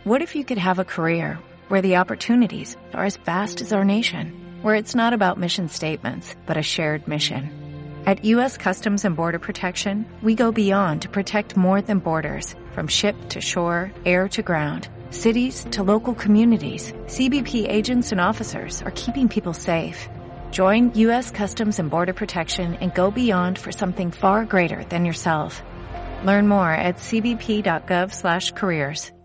What if you could have a career where the opportunities are as vast as our nation, where it's not about mission statements, but a shared mission? At U.S. Customs and Border Protection, we go beyond to protect more than borders, from ship to shore, air to ground, cities to local communities. CBP agents and officers are keeping people safe. Join U.S. Customs and Border Protection and go beyond for something far greater than yourself. Learn more at cbp.gov/careers.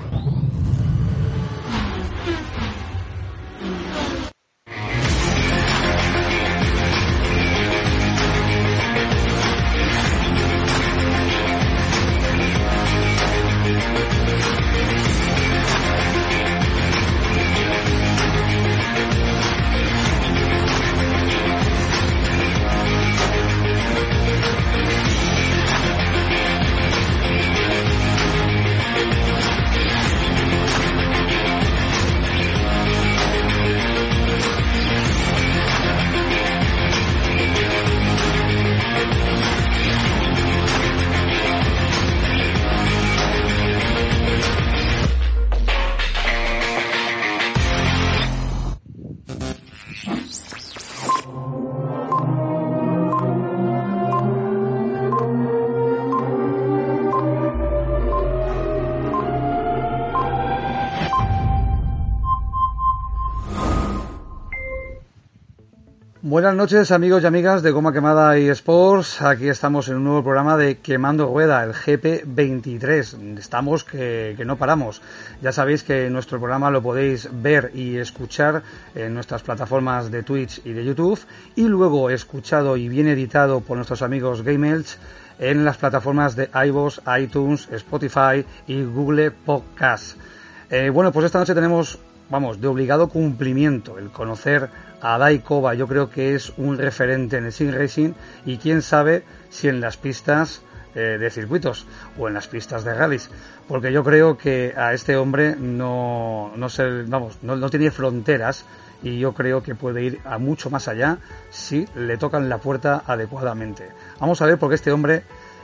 Buenas noches, amigos y amigas de Goma Quemada y Sports. Aquí estamos en un nuevo programa de Quemando Rueda, el GP23. Estamos que no paramos. Ya sabéis que nuestro programa lo podéis ver y escuchar en nuestras plataformas de Twitch y de YouTube, y luego escuchado y bien editado por nuestros amigos GameElch en las plataformas de iVoox, iTunes, Spotify y Google Podcast. Bueno, pues esta noche tenemos, de obligado cumplimiento, el conocer a Dai Kova. Yo creo que es un referente en el sim racing, y quién sabe si en las pistas de circuitos o en las pistas de rallies, porque yo creo que a este hombre no tiene fronteras, y yo creo que puede ir a mucho más allá si le tocan la puerta adecuadamente. Vamos a ver, porque este hombre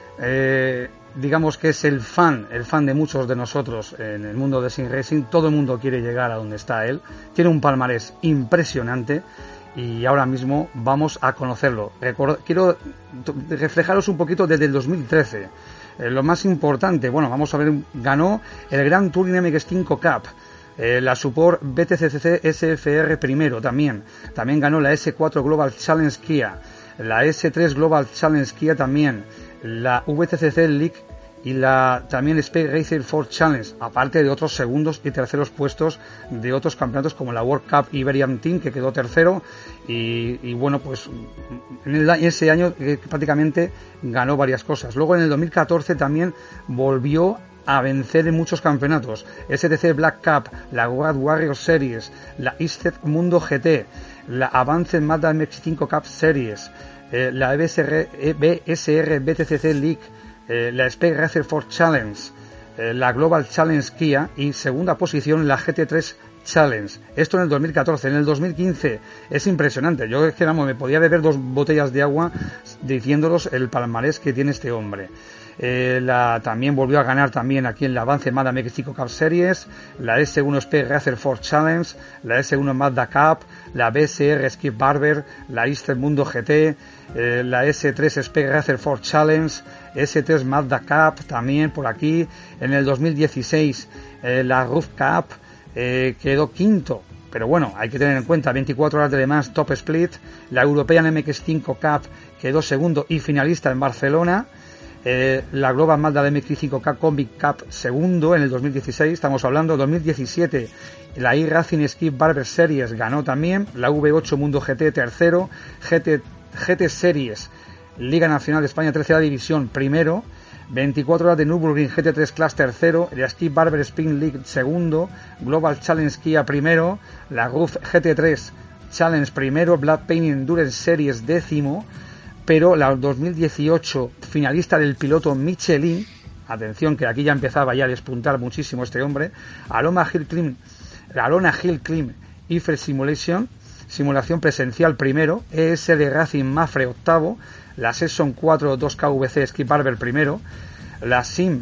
digamos que es el fan de muchos de nosotros en el mundo de sim racing. Todo el mundo quiere llegar a donde está él. Tiene un palmarés impresionante y ahora mismo vamos a conocerlo. Quiero reflejaros un poquito desde el 2013. Lo más importante, vamos a ver, ganó el Grand Touring MX5 Cup, la Support BTCC SFR primero también ganó la S4 Global Challenge Kia, la S3 Global Challenge Kia también, la VTCC League y la también Space Racer 4 Challenge, aparte de otros segundos y terceros puestos de otros campeonatos como la World Cup Iberian Team, que quedó tercero, y bueno, pues en ese año prácticamente ganó varias cosas. Luego en el 2014 también volvió a vencer en muchos campeonatos: STC Black Cup, la World Warrior Series, la ISTED Mundo GT, la Advanced Mazda MX5 Cup Series, la BSR BTCC League, la Space Racer 4 Challenge, la Global Challenge Kia, y segunda posición la GT3 Challenge. Esto en el 2014. En el 2015 es impresionante. Yo es que me podía beber 2 botellas de agua diciéndolos el palmarés que tiene este hombre. También volvió a ganar también aquí en la Avance Mazda MX5 Cup Series, la S1 Space Racer 4 Challenge, la S1 Mazda Cup, la BSR Skip Barber, la Easter Mundo GT, la S3 Space Racer 4 Challenge, S3 Mazda Cup también por aquí. En el 2016 la Roof Cup, quedó quinto, pero bueno, hay que tener en cuenta 24 horas de Le Mans Top Split. La European MX5 Cup quedó segundo y finalista en Barcelona. La Global Mazda MX5 Cup Combi Cup segundo en el 2016, estamos hablando. 2017 la iRacing Skip Barber Series ganó también, la V8 Mundo GT tercero, GT Series Liga Nacional de España tercera división primero, 24 horas de Nürburgring GT3 Class tercero, la Skip Barber Spin League segundo, Global Challenge Kia primero, la RUF GT3 Challenge primero, Black Paint Endurance Series décimo. Pero la 2018 finalista del piloto Michelin, atención que aquí ya empezaba ya a despuntar muchísimo este hombre, Arona Hill Climb IFRE simulación presencial primero, ESL Racing Mafre octavo, la Session 4 2KVC Skip Barber primero, la Sim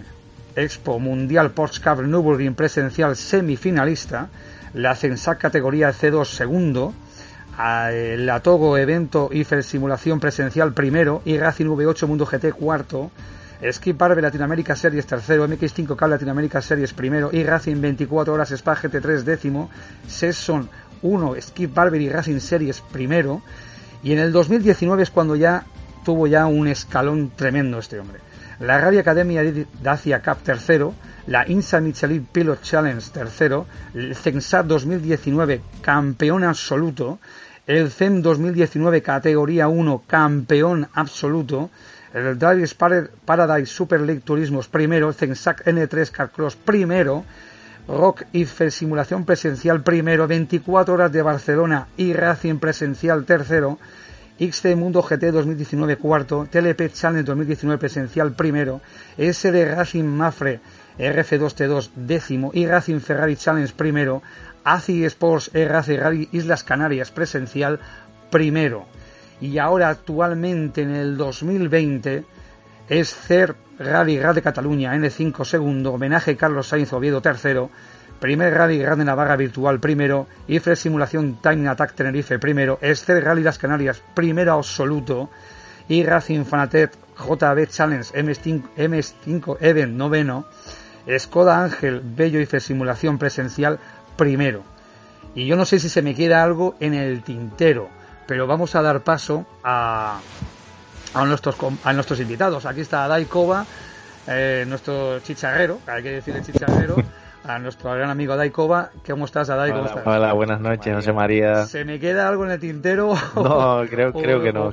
Expo Mundial Porsche Nürburgring presencial semifinalista, la Censac categoría C2 segundo, la Togo evento IFE simulación presencial primero, y Racing V8 Mundo GT cuarto, Skip Barber Latinoamérica Series tercero, MX5K Latinoamérica Series primero, y Racing 24 horas Spa GT3 décimo, Sesson 1 Skip Barber y Racing Series primero. Y en el 2019 es cuando ya tuvo un escalón tremendo este hombre. La Rally Academia Dacia Cup tercero, la INSA Michelin Pilot Challenge tercero, el CENSAT 2019 campeón absoluto, el CEM 2019 categoría 1 campeón absoluto, el Drivers Paradise Super League Turismos primero, CENSAC N3 Carcross primero, Rock IFE simulación presencial primero, 24 horas de Barcelona y Racing presencial tercero, XC Mundo GT 2019 cuarto, TLP Challenge 2019 presencial primero, SD Racing Mafre RF2T2 décimo y Racing Ferrari Challenge primero, ACI Sports RAC Rally Islas Canarias presencial primero. Y ahora actualmente en el 2020 es CER Rally de Cataluña N5 segundo, homenaje Carlos Sainz Oviedo tercero, primer Rally Grande Navarra virtual primero, IFE Simulación Time Attack Tenerife primero, CER Rally Las Canarias primero absoluto, y Racing Fanatet JB Challenge MS5 Event noveno, Skoda Ángel Bello IFE Simulación presencial primero. Y yo no sé si se me queda algo en el tintero, pero vamos a dar paso a nuestros invitados. Aquí está Adai Cova, nuestro chicharrero, hay que decirle chicharrero, a nuestro gran amigo Adai Cova. ¿Cómo estás, Adai? ¿Cómo estás? Hola, buenas noches, José María. ¿Se me queda algo en el tintero? No, creo que no.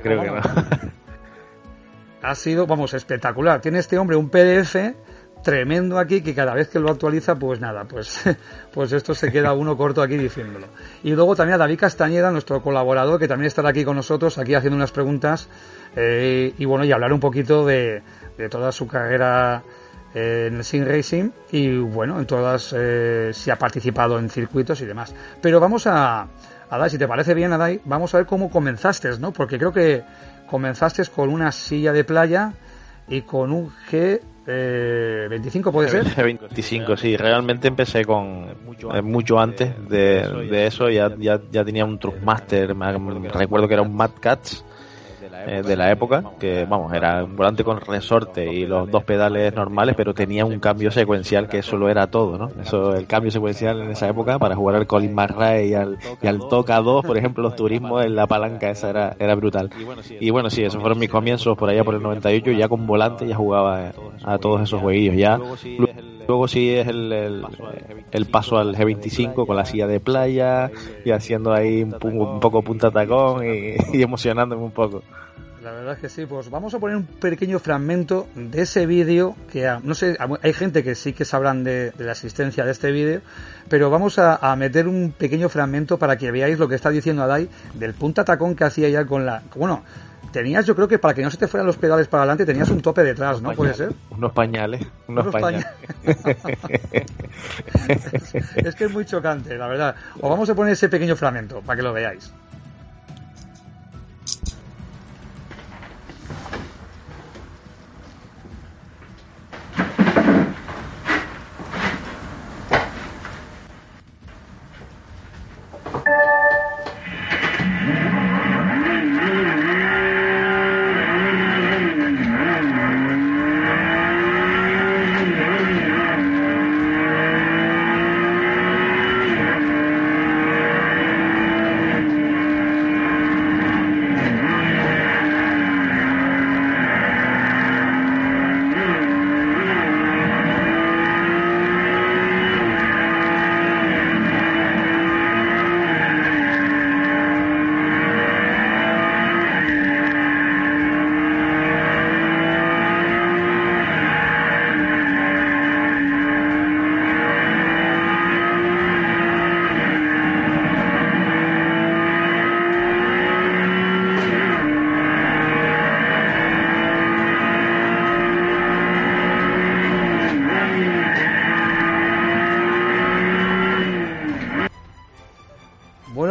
Ha sido, espectacular. Tiene este hombre un PDF tremendo aquí, que cada vez que lo actualiza, pues nada, pues esto se queda uno corto aquí diciéndolo. Y luego también a David Castañeda, nuestro colaborador, que también estará aquí con nosotros, aquí haciendo unas preguntas, y hablar un poquito de toda su carrera en el Sim Racing, y bueno, en todas, si ha participado en circuitos y demás. Pero vamos a Adai, si te parece bien, Adai, vamos a ver cómo comenzaste, ¿no? Porque creo que comenzaste con una silla de playa y con un G25, ¿puede ser? G25, sí. Realmente empecé con mucho antes de eso. Ya tenía un Truckmaster. Recuerdo que era un Mad Catz de la época, que era un volante con resorte y los dos pedales normales, pero tenía un cambio secuencial que eso lo era todo, ¿no? Eso, el cambio secuencial en esa época para jugar al Colin McRae y al Toca 2, por ejemplo, los turismos en la palanca, esa era brutal. Y bueno, sí, esos fueron mis comienzos por allá por el 98, ya con volante ya jugaba a todos esos jueguillos. Ya luego sí es el paso al G25 con la silla de playa y haciendo ahí un poco punta tacón y emocionándome un poco. La verdad es que sí. Pues vamos a poner un pequeño fragmento de ese vídeo, que no sé, hay gente que sí que sabrán de la existencia de este vídeo, pero vamos a meter un pequeño fragmento para que veáis lo que está diciendo Adai del punta tacón que hacía ya con la... Bueno, tenías, yo creo que para que no se te fueran los pedales para adelante tenías un tope detrás, ¿no? ¿Puede ser? Unos pañales. Es que es muy chocante, la verdad. Os vamos a poner ese pequeño fragmento para que lo veáis.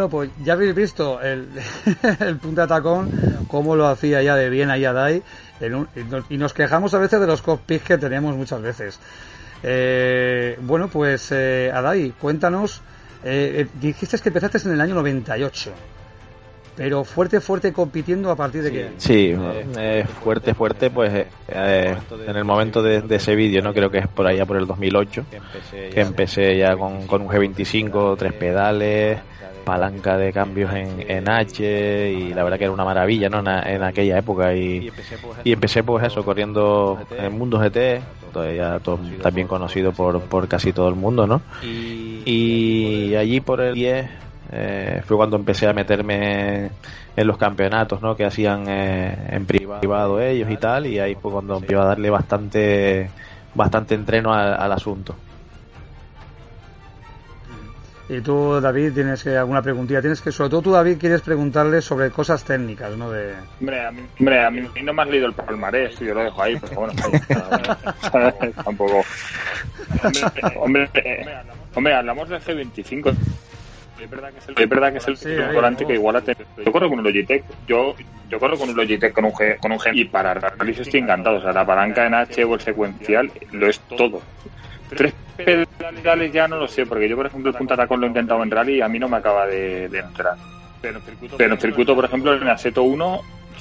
Bueno, pues ya habéis visto el punta tacón, cómo lo hacía ya de bien ahí Adai, y nos quejamos a veces de los cockpits que tenemos muchas veces. Bueno, pues Adai, cuéntanos, dijiste que empezaste en el año 98, pero fuerte compitiendo a partir de qué. Sí, fuerte, pues en el momento de ese vídeo, ¿no? Creo que es por allá por el 2008, que empecé ya con un G25, 3 pedales, palanca de cambios en H, y la verdad que era una maravilla, ¿no? En aquella época, y empecé pues eso, corriendo en Mundo GT, ya también conocido por casi todo el mundo, ¿no? Y allí por el 10 fue cuando empecé a meterme en los campeonatos, ¿no? Que hacían en privado ellos y tal, y ahí fue cuando empecé a darle bastante entreno al asunto. Y tú, David, tienes alguna preguntilla, sobre todo tú, David, quieres preguntarle sobre cosas técnicas, ¿no? Hombre, a mí no me has leído el palmarés, yo lo dejo ahí, pero bueno, tampoco. Hombre, hablamos del G25. Es verdad que es el volante que igual yo corro con un Logitech, yo corro con un Logitech con un G, y para rallies estoy encantado. O sea, la palanca en H o el secuencial lo es todo. 3 pedales ya no lo sé, porque yo por ejemplo el punta tacón lo he intentado en rally y a mí no me acaba de entrar. Pero en circuito, por ejemplo, en Assetto 1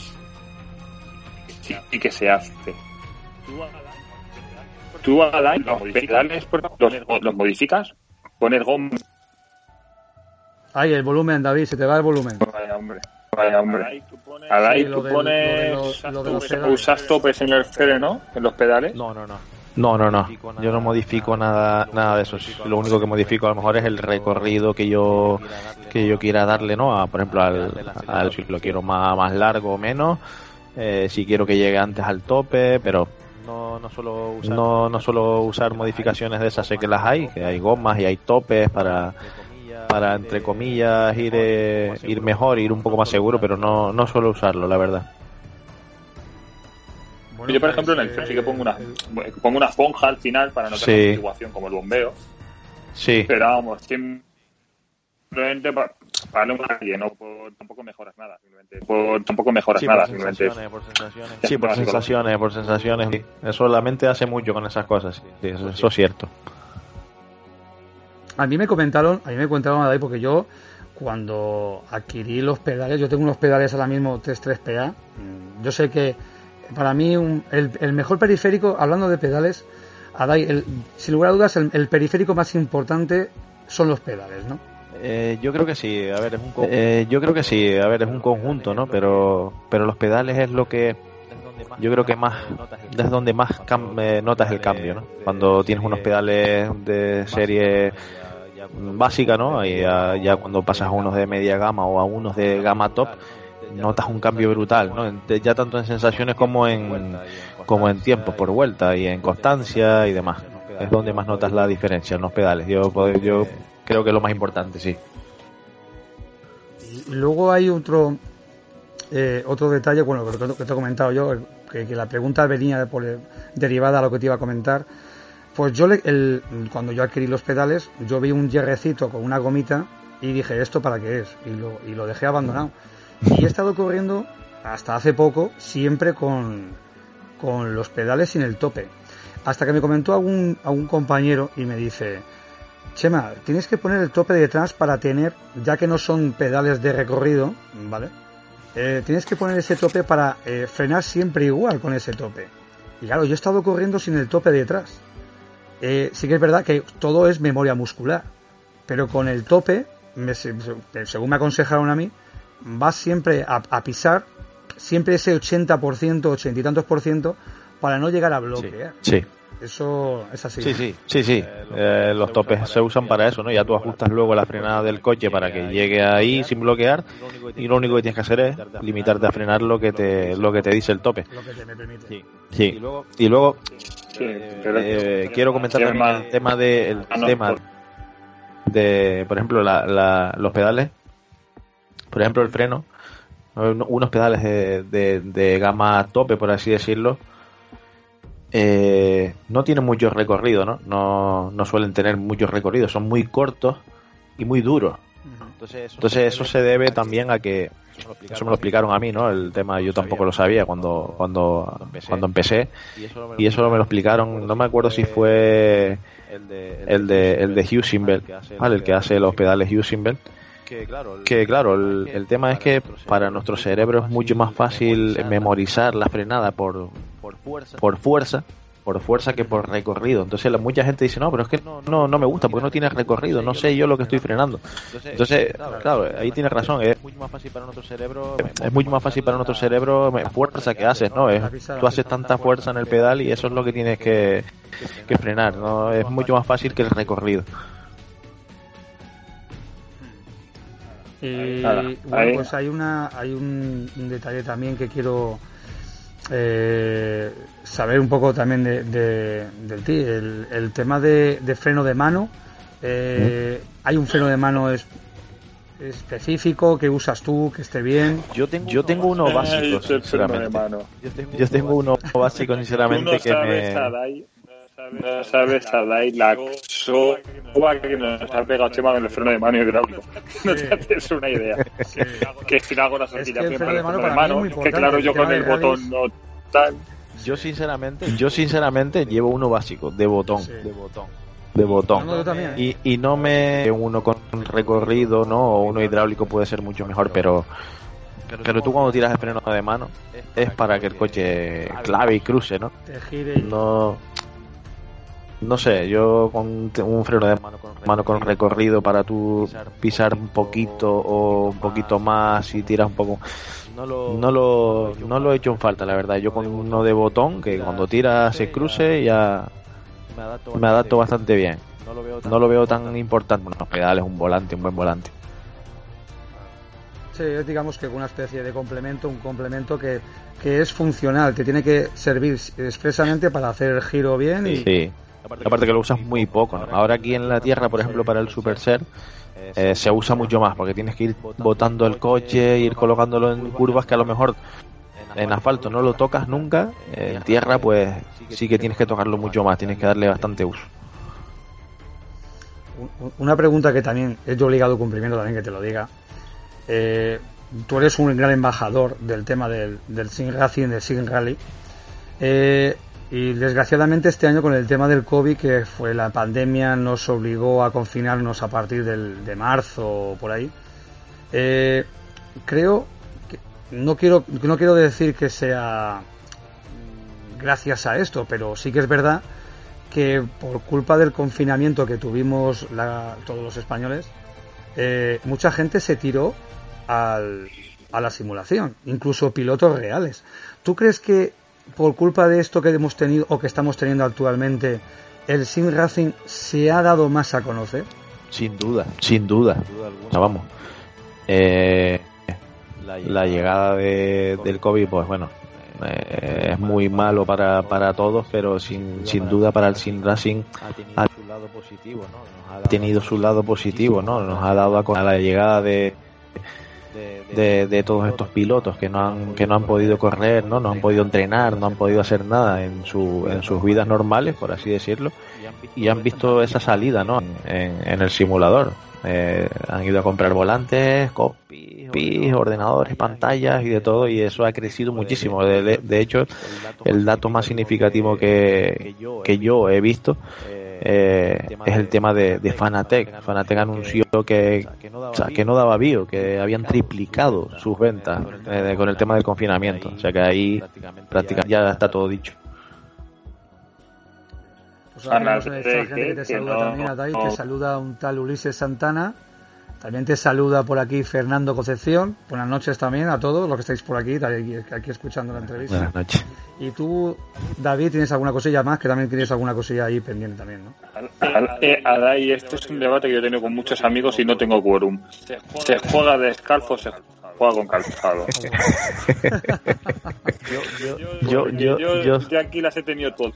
sí que se hace. Tú Adai, los pedales los modificas, pones goma. Ay, el volumen, David, se te va el volumen. Vaya hombre. Adai, tú pones usas topes en el freno, en los pedales. No. Yo no modifico nada de eso. Lo único que modifico a lo mejor es el recorrido que yo quiera darle, ¿no? Por ejemplo, al si lo quiero más largo o menos, si quiero que llegue antes al tope, pero no suelo usar modificaciones de esas. Sé que las hay, que hay gomas y hay topes para entre comillas ir mejor, ir un poco más seguro, pero no suelo usarlo, la verdad. Bueno, yo por ejemplo en el freno sí que pongo una esponja al final para no tener amortiguación como el bombeo. Sí. Pero vamos, simplemente para darle un aire, tampoco mejoras nada, simplemente. Por sensaciones. Eso la mente hace mucho con esas cosas. Sí, eso es cierto. A mí me comentaron Adai, porque yo cuando adquirí los pedales, yo tengo unos pedales ahora mismo Test 3PA. Yo sé que para mí el mejor periférico, hablando de pedales, Adai, sin lugar a dudas el periférico más importante son los pedales, ¿no? Yo creo que sí. A ver, es un conjunto, ¿no? Pero los pedales es lo que yo creo que es donde más notas el cambio, ¿no? Cuando tienes unos pedales de serie básica, ¿no? Y ya cuando pasas a unos de media gama o a unos de gama top, notas un cambio brutal, ¿no? Ya tanto en sensaciones como en tiempo por vuelta y en constancia y demás. Es donde más notas la diferencia en los pedales. Yo creo que es lo más importante, sí. Y luego hay otro detalle, bueno, que te he comentado yo, que la pregunta venía derivada a lo que te iba a comentar. Pues yo cuando yo adquirí los pedales, yo vi un hierrecito con una gomita y dije, ¿esto para qué es? Y lo dejé abandonado. Y he estado corriendo hasta hace poco siempre con los pedales sin el tope. Hasta que me comentó a un compañero y me dice, Chema, tienes que poner el tope detrás para tener, ya que no son pedales de recorrido, ¿vale? Tienes que poner ese tope para frenar siempre igual con ese tope. Y claro, yo he estado corriendo sin el tope detrás. Sí que es verdad que todo es memoria muscular, pero con el tope, según me aconsejaron a mí, vas siempre a pisar siempre ese 80%, 80 y tantos %, para no llegar a bloquear. Sí. Eso es así. Sí. Los topes se usan para eso, ¿no? Ya tú ajustas luego la frenada del coche para que llegue ahí sin bloquear, y lo único que tienes que hacer es limitarte a frenar lo que te dice el tope. Lo que te me permite. Sí. Y luego quiero comentar también el tema de por ejemplo, los pedales. Por ejemplo, el freno. Unos pedales de gama tope, por así decirlo, no tienen mucho recorrido, ¿no? No suelen tener mucho recorrido, son muy cortos y muy duros. Entonces eso se debe también a que eso me lo explicaron a mí, ¿no? El tema yo tampoco lo sabía cuando empecé, y eso me lo explicaron, no me acuerdo si fue el de Huizenberg, ¿vale? El que hace los pedales Huizenberg. Que claro, el tema es que para nuestro cerebro es mucho más fácil memorizar la frenada por fuerza que por recorrido. Entonces mucha gente dice, no, pero es que no me gusta porque no tiene recorrido, no sé yo lo que estoy frenando. Entonces, claro, ahí tienes razón, es mucho más fácil para nuestro cerebro fuerza que haces, ¿no? Tú haces tanta fuerza en el pedal y eso es lo que tienes que frenar, ¿no? Es mucho más fácil que el recorrido. Y bueno, pues hay un detalle también que quiero saber un poco también de ti, el tema de freno de mano. ¿Hay un freno de mano específico que usas tú, que esté bien? Yo tengo uno básico, sinceramente. Yo tengo uno básico, sinceramente, que me... No sabes, Adai, la soba que nos ha pegado Chema con el freno de mano hidráulico. No te haces una idea. Sí. Que si hago la sortillación para el freno de mano, que claro, yo con el botón no tal. Yo sinceramente llevo uno básico, de botón. Sí. De botón. No, y no me... Uno con recorrido, ¿no? O uno hidráulico puede ser mucho mejor, pero tú cuando tiras el freno de mano es para que el coche clave y cruce, ¿no? Te gire. No sé, yo con un freno de mano con recorrido para tú pisar un poquito o un poquito más y tiras un poco, no lo he hecho en falta, la verdad. Yo con uno de botón, que cuando tiras se cruce, ya me adapto bastante bien. No lo veo tan importante. Bueno, los pedales, un buen volante. Sí, digamos que una especie de complemento, un complemento que es funcional, que tiene que servir expresamente para hacer el giro bien y... Sí. Aparte que lo usas muy poco, ¿no? Ahora aquí en la tierra, por ejemplo, para el Superser se usa mucho más, porque tienes que ir botando el coche, ir colocándolo en curvas que a lo mejor en asfalto no lo tocas nunca. En tierra pues sí que tienes que tocarlo mucho más, tienes que darle bastante uso. Una pregunta que también es de obligado cumplimiento, también que te lo diga. Tú eres un gran embajador del tema del Sim Racing, del Sim Rally. Y desgraciadamente este año con el tema del COVID, que fue la pandemia, nos obligó a confinarnos a partir de marzo o por ahí. Creo que no quiero decir que sea gracias a esto, pero sí que es verdad que por culpa del confinamiento que tuvimos todos los españoles, mucha gente se tiró a la simulación, incluso pilotos reales. ¿Tú crees que por culpa de esto que hemos tenido o que estamos teniendo actualmente, el Sim Racing se ha dado más a conocer? Sin duda. O sea, vamos, la llegada del COVID, pues bueno, es muy malo para todos, pero sin duda para el Sim Racing ha tenido su lado positivo, ¿no? Nos ha dado a la llegada de todos estos pilotos que no han podido correr, no han podido entrenar, no han podido hacer nada en sus vidas normales, por así decirlo, y han visto esa salida, ¿no? en el simulador. Han ido a comprar volantes, copies, ordenadores, pantallas y de todo, y eso ha crecido muchísimo. De hecho, el dato más significativo que yo he visto es el tema de Fanatec. Fanatec anunció que no daba bio, que habían triplicado sus ventas con el tema del confinamiento. O sea que ahí prácticamente ya está todo dicho. Pues ahora tenemos esta gente que te saluda también, Adai, te saluda un tal Ulises Santana, también te saluda por aquí Fernando Concepción. Buenas noches también a todos los que estáis por aquí escuchando la entrevista. Buenas noches. Y tú, David, ¿tienes alguna cosilla más? Que también tienes alguna cosilla ahí pendiente también, ¿no? Adai, esto es un debate que yo he tenido con muchos amigos y no tengo quórum. ¿Se juega descalzo o se juega con calzado? yo aquí las he tenido todas.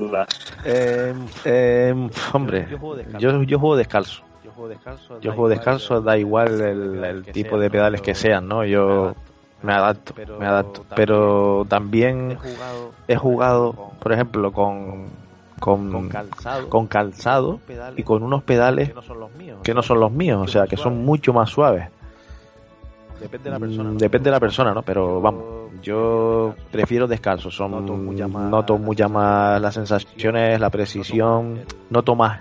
Hombre, yo juego descalzo. Yo juego descalzo, da igual el tipo de pedales que sean, ¿no? Yo me adapto. Pero también he jugado, por ejemplo, con con calzado y con unos pedales que no son los míos, o sea, que son mucho más suaves. Depende de la persona, ¿no? Pero vamos, yo prefiero descalzo. Noto mucha más las sensaciones, la precisión. Noto más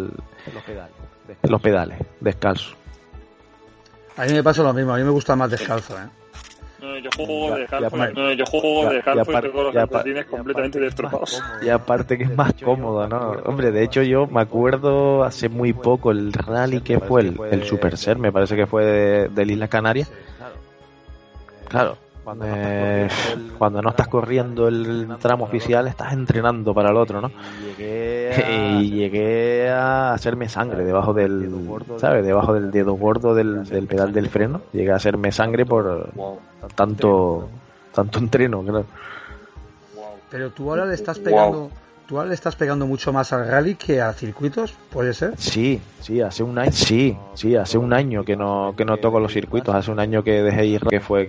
los pedales descalzo. A mí me pasa lo mismo. A mí me gusta más descalzo, ¿eh? No, yo juego descalzo y tengo los patines completamente destrozados. Y aparte que es más cómodo, ¿no? Hombre, de hecho yo me acuerdo hace muy poco el rally que fue el Supercell, me parece que fue de Islas Canarias. Claro, cuando no estás corriendo el tramo oficial, estás entrenando para el otro, ¿no? Y llegué a hacerme sangre debajo del, ¿sabes? Debajo del dedo gordo del pedal del freno. Llegué a hacerme sangre por tanto entreno, claro. Pero tú ahora le estás pegando... ¿Tú ahora le estás pegando mucho más al rally que a circuitos? ¿Puede ser? Sí, hace un año que no toco los circuitos. Hace un año que dejé ir, que fue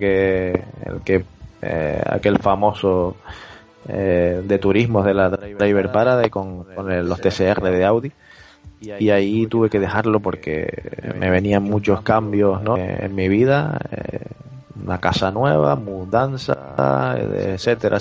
aquel famoso de turismos de la Driver Parade con los TCR de Audi. Y ahí tuve que dejarlo porque me venían muchos cambios, ¿no? En mi vida, una casa nueva, mudanza, etcétera.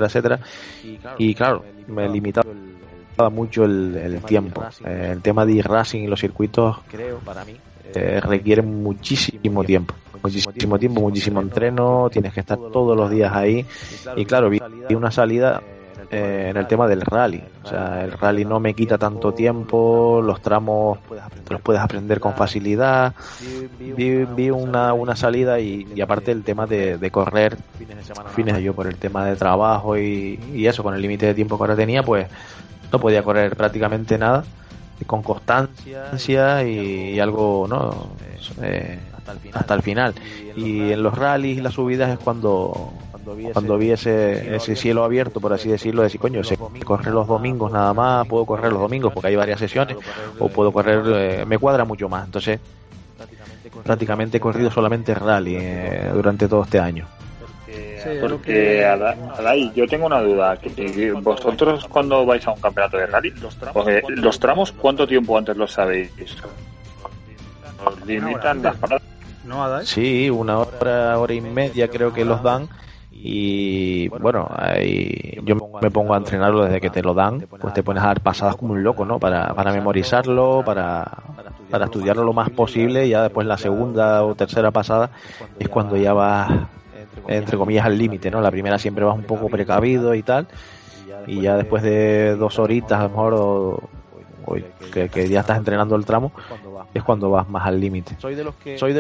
Y claro, me limitaba mucho el tiempo. El tema de e-racing y los circuitos, creo, para mí, requieren muchísimo tiempo, muchísimo entreno, tienes que estar todos los días ahí. Y claro, vi una salida en el tema del rally. O sea, el rally no me quita tanto tiempo, los tramos los puedes aprender con facilidad. Vi una salida y aparte el tema de correr fines yo por el tema de trabajo y eso, con el límite de tiempo que ahora tenía, pues no podía correr prácticamente nada, y con constancia y algo, ¿no? Hasta el final. Y en los rallies y las subidas es cuando vi ese cielo abierto, por así decirlo, decir, coño, se corre los domingos nada más, puedo correr los domingos porque hay varias sesiones, o puedo correr, me cuadra mucho más. Entonces, prácticamente he corrido solamente rally durante todo este año. Porque, Adai, yo tengo una duda. Que vosotros, cuando vais a un campeonato de rally, los tramos, ¿cuánto tiempo antes los sabéis? ¿Os limitan las paradas? ¿No, Adai? Sí, una hora y media creo que los dan. Y bueno, yo me pongo a entrenarlo desde que te lo dan, pues te pones a dar pasadas como un loco, ¿no? Para memorizarlo, para estudiarlo lo más posible. Y ya después la segunda o tercera pasada es cuando ya vas, entre comillas, al límite, ¿no? La primera siempre vas un poco precavido y tal, y ya después de 2 horitas a lo mejor que ya estás entrenando el tramo, es cuando vas más al límite. Soy de los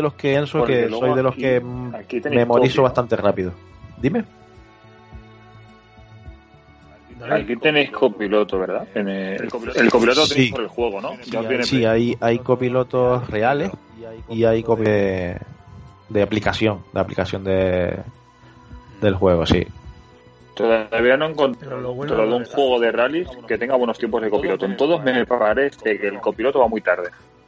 que memorizo bastante rápido. Dime. Aquí tenéis copiloto, ¿verdad? El copiloto tenéis por el juego, ¿no? Sí, hay copilotos reales y hay de aplicación del juego, sí. Todavía no he encontrado un juego de rally que tenga buenos tiempos de copiloto. En todos me parece que el copiloto va muy tarde.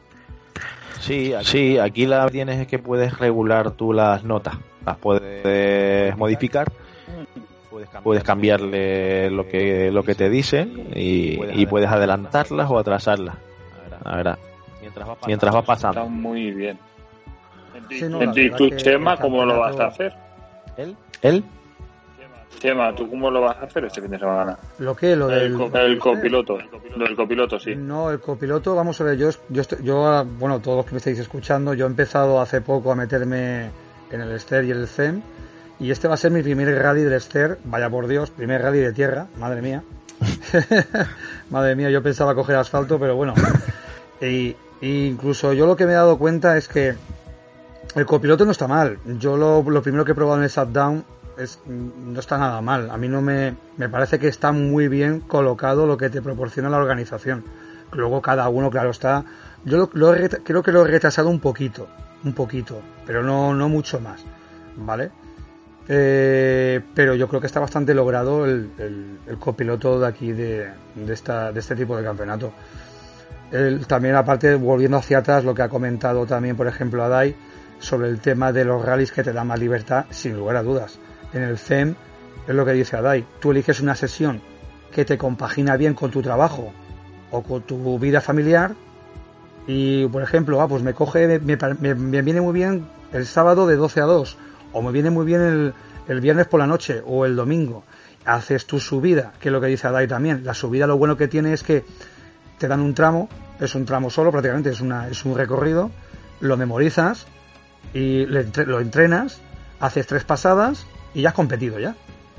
Sí, aquí la tienes es que puedes regular tú las notas, las puedes modificar, puedes cambiarle lo que te dicen y puedes adelantarlas o atrasarlas. La verdad, mientras va pasando. Está muy bien. ¿En tu Chema cómo lo vas a hacer? ¿Él? Chema, ¿tú cómo lo vas a hacer este fin de semana? ¿Lo qué? El copiloto. Lo del copiloto, sí. No, el copiloto, vamos a ver, yo, bueno, todos los que me estáis escuchando, yo he empezado hace poco a meterme en el Ster y el CEM, y este va a ser mi primer rally del Ster, vaya por Dios, primer rally de tierra, madre mía. Madre mía, yo pensaba coger asfalto, pero bueno. Y incluso yo lo que me he dado cuenta es que el copiloto no está mal. Yo lo primero que he probado en el Shutdown no está nada mal. A mí no me parece que está muy bien colocado lo que te proporciona la organización. Luego cada uno, claro está. Yo creo que lo he retrasado un poquito, pero no mucho más, ¿vale? Pero yo creo que está bastante logrado el copiloto de aquí de este tipo de campeonato. También, aparte, volviendo hacia atrás, lo que ha comentado también, por ejemplo, Adai, sobre el tema de los rallies que te dan más libertad, sin lugar a dudas. En el CEM es lo que dice Adai, tú eliges una sesión que te compagina bien con tu trabajo o con tu vida familiar. Y, por ejemplo, pues me viene muy bien el sábado de 12 a 2, o me viene muy bien el viernes por la noche, o el domingo. Haces tu subida, que es lo que dice Adai también. La subida, lo bueno que tiene es que te dan un tramo, es un tramo solo prácticamente, es un recorrido, lo memorizas y lo entrenas, haces 3 pasadas y ya has competido ya.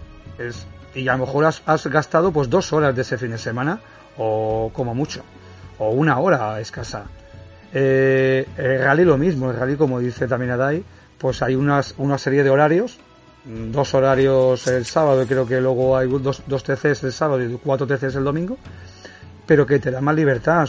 Y a lo mejor has gastado pues 2 horas de ese fin de semana, o como mucho, o 1 hora escasa. El rally lo mismo, el rally, como dice también Adai, pues hay una serie de horarios, 2 horarios el sábado, y creo que luego hay 2 TCs el sábado y 4 TCs el domingo, pero que te dan más libertad.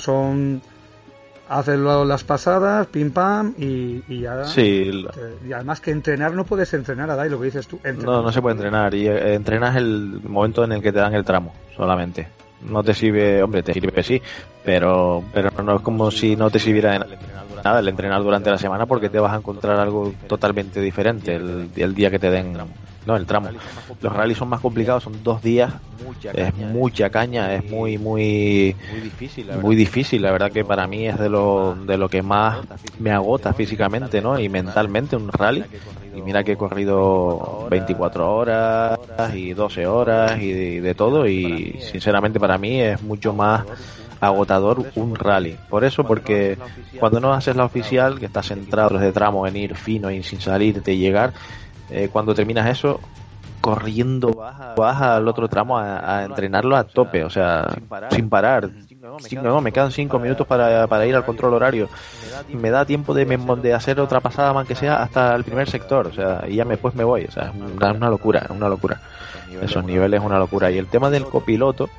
Haces las pasadas, pim pam, y ya. Sí. Y además que entrenar, no puedes entrenar, Adai, lo que dices tú. No se puede entrenar, y entrenas el momento en el que te dan el tramo solamente. No te sirve, hombre, te sirve sí, pero no es como si no te sirviera de nada el entrenar durante la semana, porque te vas a encontrar algo totalmente diferente el día que te den el tramo. Los rallies son más complicados, son 2 días, es mucha caña, es muy difícil. La verdad que para mí es de lo que más me agota físicamente, ¿no? Y mentalmente un rally. Y mira que he corrido 24 horas y 12 horas y de todo, y sinceramente para mí es mucho más agotador un rally. Por eso, porque cuando no haces la oficial, que estás centrado desde tramo en ir fino y sin salirte y llegar, cuando terminas eso, corriendo vas al otro tramo a entrenarlo a tope, o sea, sin parar. Me quedan 5 minutos para ir al control horario. Me da tiempo de hacer otra pasada, más que sea, hasta el primer sector, o sea, y ya después me voy. O sea, es una locura. Esos niveles es una locura. Y el tema del copiloto,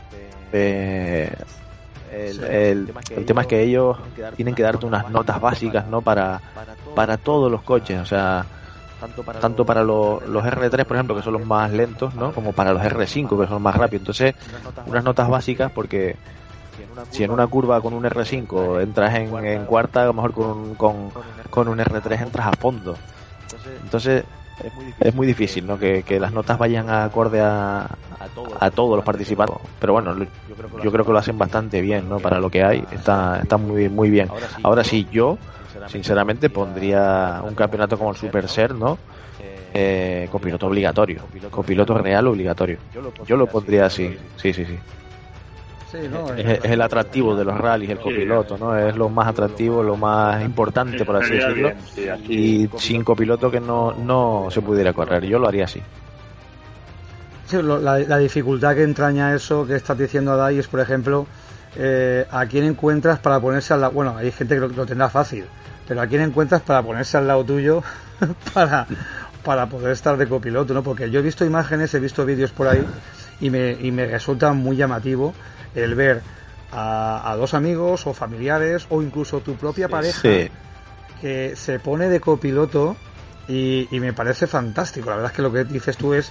el tema es que ellos tienen que darte unas notas básicas, ¿no? Para todos los coches, o sea, tanto para los R3, por ejemplo, que son los más lentos, ¿no? Como para los R5, que son los más rápidos. Entonces, unas notas básicas, porque si en una curva con un R5 entras en cuarta, a lo mejor con un R3 entras a fondo. Entonces es muy difícil, ¿no? Que las notas vayan acorde a todos los participantes. Pero bueno, yo creo que lo hacen bastante bien, ¿no? Para lo que hay, está muy bien. Ahora sí, yo sinceramente pondría un campeonato como el Superser, ¿no? Copiloto obligatorio, copiloto real obligatorio. Yo lo pondría así, sí. Sí, no, es el atractivo de los rallies, el copiloto, ¿no? Es lo más atractivo, lo más importante, por así decirlo. Y sin copiloto que no se pudiera correr, yo lo haría así. Sí, la dificultad que entraña eso que estás diciendo, Adai, es, por ejemplo, a quién encuentras para ponerse al lado. Bueno, hay gente que lo tendrá fácil, pero a quién encuentras para ponerse al lado tuyo para poder estar de copiloto, ¿no? Porque yo he visto imágenes, he visto vídeos por ahí y me resulta muy llamativo el ver a 2 amigos o familiares o incluso tu propia pareja, sí, que se pone de copiloto y me parece fantástico. La verdad es que lo que dices tú es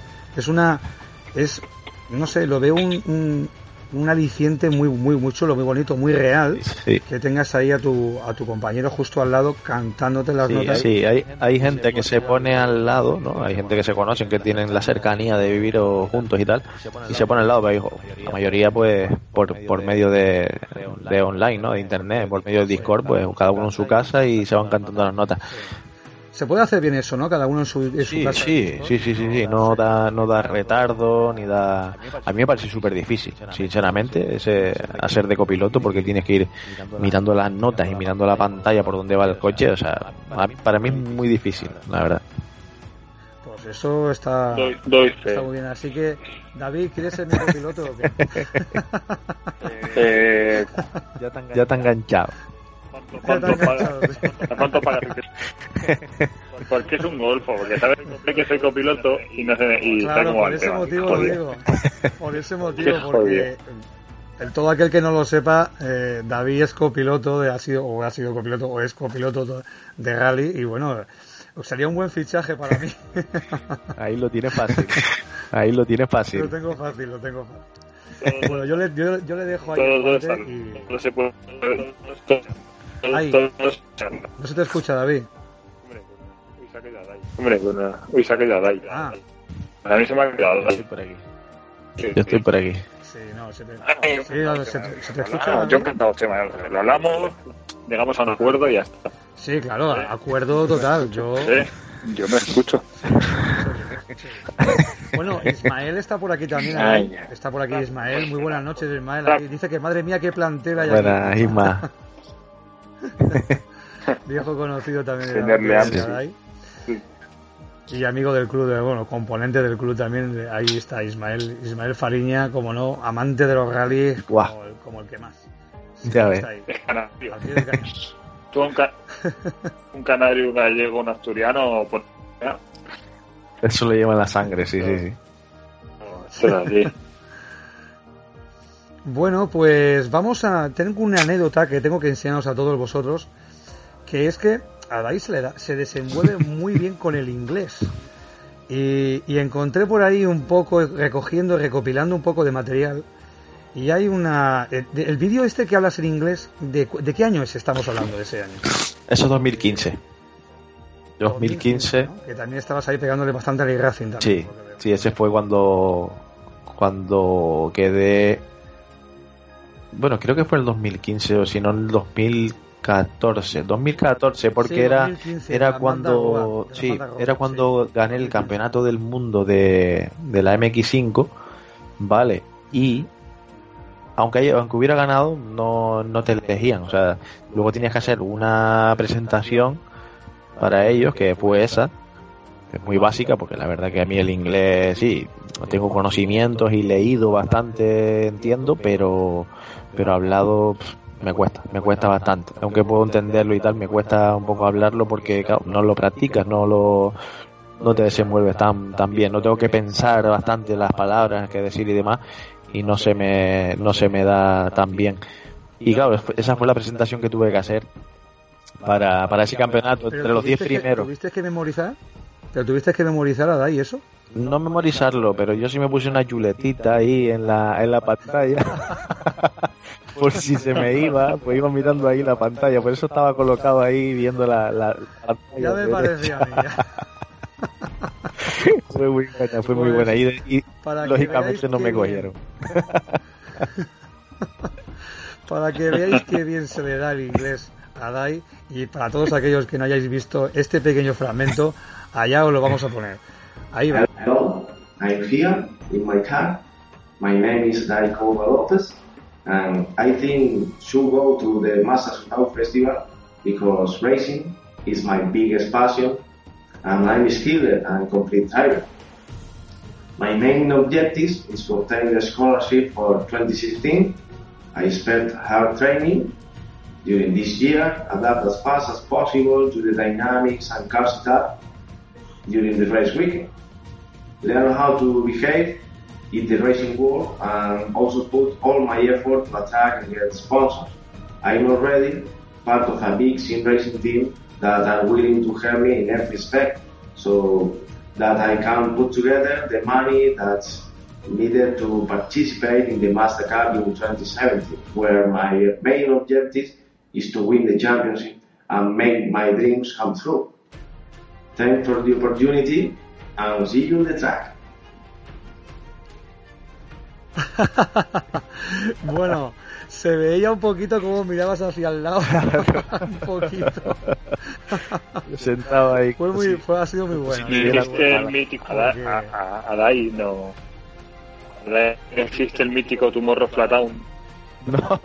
no sé, lo veo un aliciente muy chulo, muy bonito, muy real, sí, que tengas ahí a tu compañero justo al lado cantándote las notas. Sí, hay gente que se pone al lado, ¿no? Hay gente que se conocen, que tienen la cercanía de vivir juntos y tal, y se pone al lado, pero la mayoría pues por medio de online, ¿no? De internet, por medio de Discord, pues cada uno en su casa y se van cantando las notas. Se puede hacer bien eso, ¿no? Cada uno en su casa. Sí. No da retardo, ni da... A mí me parece súper difícil, sinceramente, hacer de copiloto, porque tienes que ir mirando las notas y mirando la pantalla por donde va el coche. O sea, para mí es muy difícil, la verdad. Pues eso está muy bien. Así que, David, ¿quieres ser mi copiloto o qué? Ya te han enganchado. ¿Cuánto pagas? Porque es un golfo, porque sabes que soy copiloto y no sé, y claro, por ese motivo lo digo. Por ese motivo, porque todo aquel que no lo sepa, David es copiloto, ha sido copiloto o es copiloto de rally, y bueno, sería un buen fichaje para mí. Ahí lo tienes fácil. Lo tengo fácil. Bueno, yo le dejo ahí no se puede. Ahí. No se te escucha, David. Uy, se ha quedado ahí. Ah. A mí se me ha quedado. Yo estoy por aquí. Sí, no, se te se escucha. Yo encantado, Chema. Lo hablamos, llegamos a un acuerdo y ya está. Sí, claro, acuerdo total. Yo me escucho. Bueno, Ismael está por aquí también. Está por aquí Ismael. Muy buenas noches, Ismael. Dice que madre mía, qué plantera hay buenas, aquí. Isma. Viejo conocido también de y amigo del club, componente del club también. Ahí está Ismael Fariña, como no, amante de los rallies, como el que más. Ya ves. Es canario. Tú un canario, un gallego, un asturiano, eso lo lleva en la sangre, sí. Bueno, pues tengo una anécdota que tengo que enseñaros a todos vosotros, que es que Adai se desenvuelve muy bien con el inglés. Y encontré por ahí un poco, recopilando un poco de material, y hay el vídeo este que hablas en inglés, ¿de qué año estamos hablando de ese año? Eso es 2015. 2015, ¿no? Que también estabas ahí pegándole bastante al iRacing también. Sí, ese fue cuando quedé... Bueno, creo que fue el 2015 o si no el 2014 porque sí, 2015, era cuando cuando gané el campeonato del mundo de la MX5, vale, y aunque hubiera ganado no te elegían, o sea, luego tenías que hacer una presentación para ellos, que fue esa, que es muy básica, porque la verdad que a mí el inglés sí, tengo conocimientos y leído bastante, entiendo, pero hablado me cuesta bastante, aunque puedo entenderlo y tal, me cuesta un poco hablarlo porque claro, no lo practicas, no te desenvuelves tan bien, no tengo que pensar bastante las palabras que decir y demás, y no se me da tan bien. Y claro, esa fue la presentación que tuve que hacer para ese campeonato entre los 10 primeros. ¿Tuviste que memorizar? ¿Pero tuviste que memorizar a Dai eso? No memorizarlo, pero yo sí me puse una chuletita ahí en la pantalla. Por si se me iba, pues iba mirando ahí la pantalla, por eso estaba colocado ahí viendo la pantalla. Ya me parecía a mí, ya. Fue muy buena y lógicamente no me cogieron. Para que veáis qué bien se le da el inglés a Dai, y para todos aquellos que no hayáis visto este pequeño fragmento, allá os lo vamos a poner. Ahí va. Hello, I'm here in my car. My name is Dai Kovalopes, and I think should go to the Masters Auto Festival because racing is my biggest passion, and I'm skilled and complete driver. My main objective is to obtain the scholarship for 2016. I spent hard training during this year, adapt as fast as possible to the dynamics and car setup during the race weekend. Learn how to behave in the racing world and also put all my effort to attack and get sponsors. I'm already part of a big sim racing team that are willing to help me in every respect, so that I can put together the money that's needed to participate in the Master Cup in 2017, where my main objective is to win the championship and make my dreams come true. Thanks for the opportunity and see you on the track. Bueno, se veía un poquito como mirabas hacia el lado. Un poquito. Sentado ahí. Ha sido muy bueno. Sí, existe el mítico Adai, no. Existe el mítico Tomorrow Flatown. No.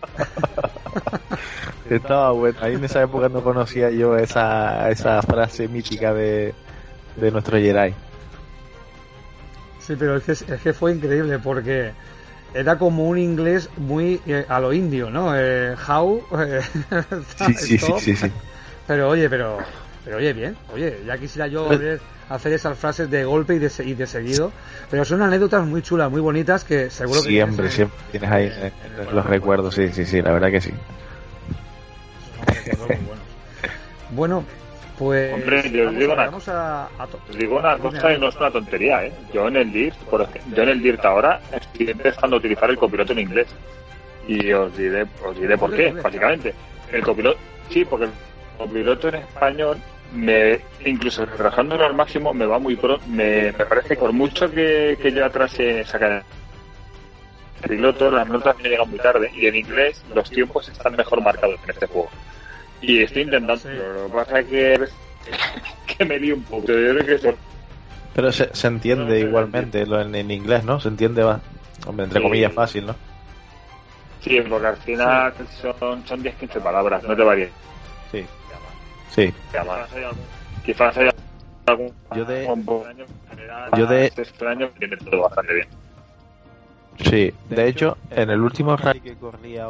Estaba bueno. Ahí en esa época no conocía yo esa frase mítica de nuestro Jedi. Sí, pero es que fue increíble porque era como un inglés muy a lo indio, ¿no? How. Sí. Pero oye, bien. Oye, ya quisiera yo hacer esas frases de golpe y de seguido. Pero son anécdotas muy chulas, muy bonitas que seguro que siempre tienes ahí los recuerdos. Sí, la verdad que sí. Son recuerdos muy buenos. Bueno, pues... Hombre, yo os digo una cosa y no es una tontería, ¿eh? Yo en el DIRT ahora estoy empezando a utilizar el copiloto en inglés. Y os diré por qué, básicamente. El copiloto... Sí, porque el copiloto en español, incluso trabajándolo al máximo, me va muy pronto. Me parece que por mucho que yo atrase esa cadena piloto, las notas me llegan muy tarde, y en inglés los tiempos están mejor marcados en este juego. Y estoy intentando, pero lo que pasa es que me lío un poco. Yo creo que pero se entiende igualmente en inglés, ¿no? Se entiende, hombre, entre comillas, fácil, ¿no? Sí, porque al final son 10-15 palabras, no te varíes. Sí. Sí. Quizás haya algún yo de extraño que tiene todo bastante bien. Sí, de hecho, en el último rally que corría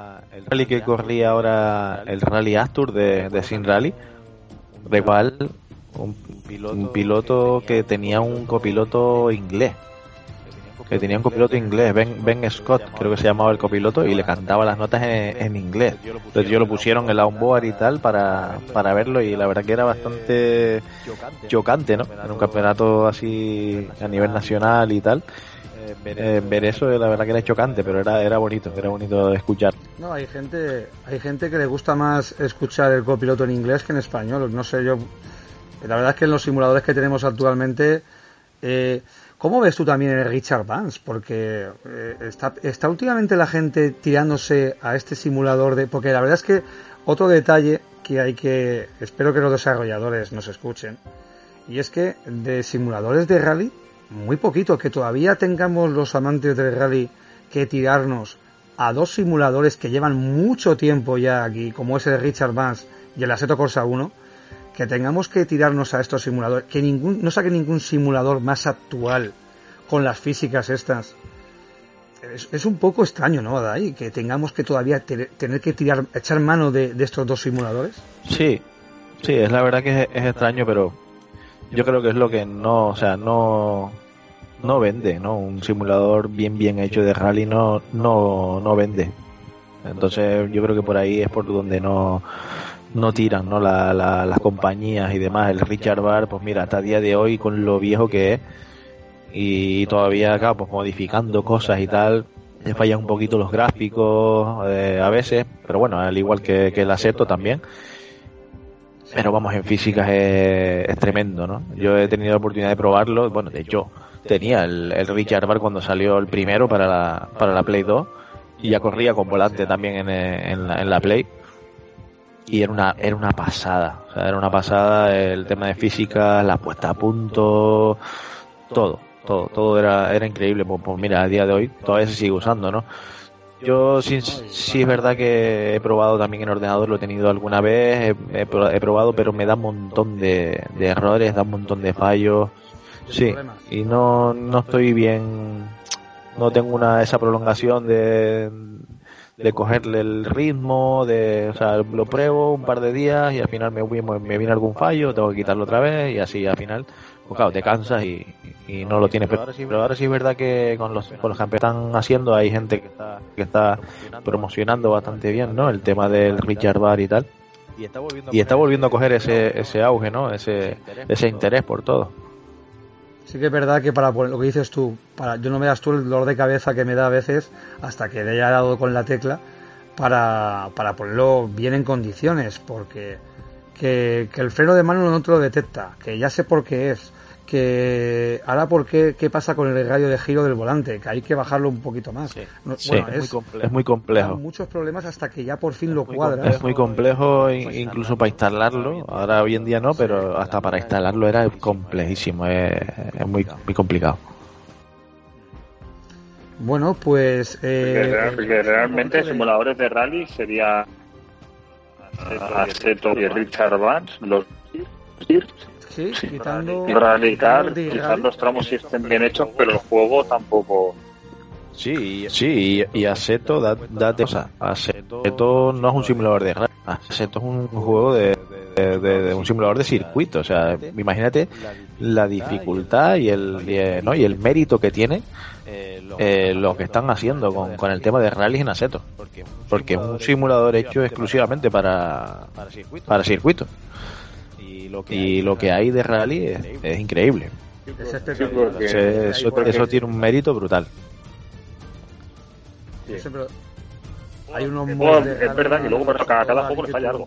ahora, el Rally Astur de Sim Rally, igual un piloto que tenía un copiloto inglés. Ben Scott, creo que se llamaba el copiloto, y le cantaba las notas en inglés. Entonces yo lo pusieron en la onboard y tal para verlo, y la verdad que era bastante chocante, ¿no? En un campeonato así a nivel nacional y tal. Ver eso, la verdad que era chocante, pero era bonito de escuchar. No, hay gente que le gusta más escuchar el copiloto en inglés que en español. No sé, yo, la verdad es que en los simuladores que tenemos actualmente, ¿cómo ves tú también el Richard Vance? Porque está últimamente la gente tirándose a este simulador porque la verdad es que otro detalle que espero que los desarrolladores nos escuchen, y es que de simuladores de rally muy poquito, que todavía tengamos los amantes del rally que tirarnos a dos simuladores que llevan mucho tiempo ya aquí, como es el Richard Vance y el Assetto Corsa 1, que tengamos que tirarnos a estos simuladores, que no saque ningún simulador más actual con las físicas estas. Es un poco extraño, ¿no, Adai? Que tengamos que todavía tener que echar mano de estos dos simuladores. Sí, es la verdad que es extraño, pero yo creo que es lo que no vende, ¿no? Un simulador bien hecho de rally no vende. Entonces yo creo que por ahí es por donde no tiran, ¿no? Las compañías y demás. El Richard Bar, pues mira, hasta el día de hoy, con lo viejo que es, y todavía acá pues modificando cosas y tal, le fallan un poquito los gráficos a veces, pero bueno, al igual que el Assetto también. Pero vamos, en físicas es tremendo, ¿no? Yo he tenido la oportunidad de probarlo. Bueno, de hecho, tenía el Richard Bar cuando salió el primero para la Play 2, y ya corría con volante también en la Play, y era una pasada. O sea, era una pasada el tema de físicas, la puesta a punto, todo era increíble. Pues mira, a día de hoy todavía se sigue usando, ¿no? Yo sí es verdad que he probado también en ordenador, lo he tenido alguna vez, he probado, pero me da un montón de errores, da un montón de fallos. Sí, y no estoy bien, no tengo esa prolongación de cogerle el ritmo, o sea, lo pruebo un par de días y al final me viene algún fallo, tengo que quitarlo otra vez, y así al final, pues claro, te cansas y no lo tienes. Pero ahora sí es verdad que con los campeonatos que están haciendo hay gente que está promocionando bastante bien, ¿no? El tema del Richard Bar y tal. Y está volviendo a coger ese auge, ¿no? Ese interés por todo. Sí que es verdad que para lo que dices tú, yo no me das tú el dolor de cabeza que me da a veces hasta que le haya dado con la tecla para ponerlo bien en condiciones, porque que el freno de mano no te lo detecta, que ya sé por qué es, que ahora qué pasa con el radio de giro del volante, que hay que bajarlo un poquito más. Sí, es muy complejo. Hay muchos problemas hasta que ya por fin lo cuadras. Es muy complejo, incluso para instalarlo. Ahora hoy en día no, pero hasta para instalarlo era complejísimo, es muy complicado. Bueno, pues porque realmente simuladores de rally sería Assetto y Richard Vance, los sí, quitando Rallycar, quizás los tramos sí estén bien hechos, pero el juego tampoco. Sí, y Assetto, date, o sea, Assetto no es un simulador de rally, Assetto es un juego de un simulador de circuito. O sea, imagínate la dificultad y el mérito que tiene lo que están haciendo con el tema de rally en Assetto, porque es un simulador hecho exclusivamente para circuito. Y lo que hay de rally es increíble. Eso tiene un mérito brutal. Hay unos es verdad que luego a cada juego le falla algo.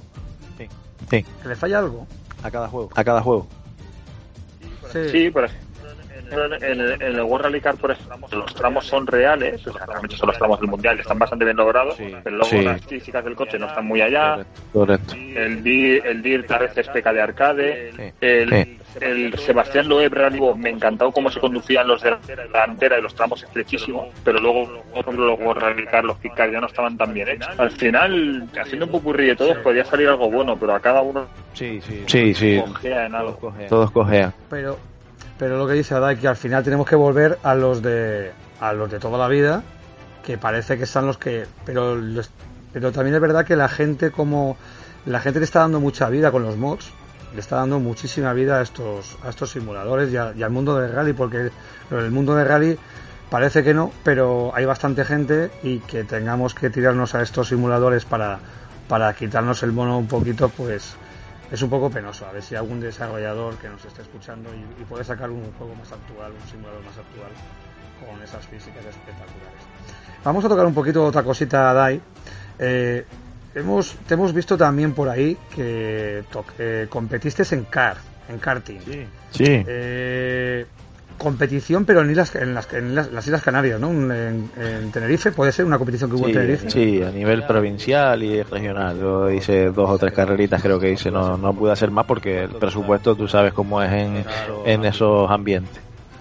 Sí. ¿Le falla algo? A cada juego. Sí, por ejemplo, en el World Rally Car, por ejemplo, los tramos son reales, o sea, realmente son los tramos del Mundial, están bastante bien logrados, pero luego las físicas del coche no están muy allá. Correcto. El DIRT a veces peca de arcade. El Sebastián Loeb me encantó cómo se conducían los de la delantera y los tramos estrechísimos, pero luego, por ejemplo, los World Rally Car, los Kit Car ya no estaban tan bien hechos. Al final, haciendo un popurrí de todos, podía salir algo bueno, pero a cada uno cogea en algo. Todos cojean. Pero lo que dice Adai, que al final tenemos que volver a los de toda la vida, que parece que están los que... Pero también es verdad que la gente le está dando mucha vida con los mods, le está dando muchísima vida a estos simuladores y al mundo del rally, porque el mundo del rally parece que no, pero hay bastante gente, y que tengamos que tirarnos a estos simuladores para quitarnos el mono un poquito, pues es un poco penoso. A ver si algún desarrollador que nos esté escuchando y puede sacar un juego más actual, un simulador más actual con esas físicas espectaculares. Vamos a tocar un poquito otra cosita, Dai. Te hemos visto también por ahí que competiste en karting. Sí. Competición, pero en las Islas Canarias, ¿no? En Tenerife, ¿puede ser una competición que hubo en Tenerife? Sí, a nivel provincial y regional. Yo hice 2 o 3 carreritas, creo que hice. No pude hacer más porque el presupuesto, tú sabes cómo es en esos ambientes.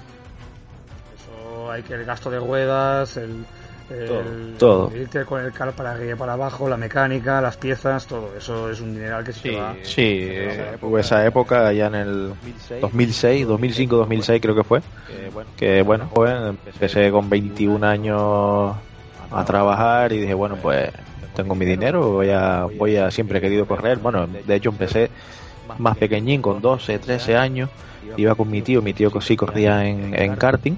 Eso hay que el gasto de ruedas, todo. Irte con el car para arriba y para abajo, la mecánica, las piezas, todo eso es un dineral que se va. Sí, esa época ya en el 2006, 2005, 2006 creo que fue. Que bueno, joven, empecé con 21 años a trabajar y dije, bueno, pues tengo mi dinero, voy a siempre he querido correr. Bueno, de hecho empecé más pequeñín, con 12, 13 años, iba con mi tío que sí corría en karting.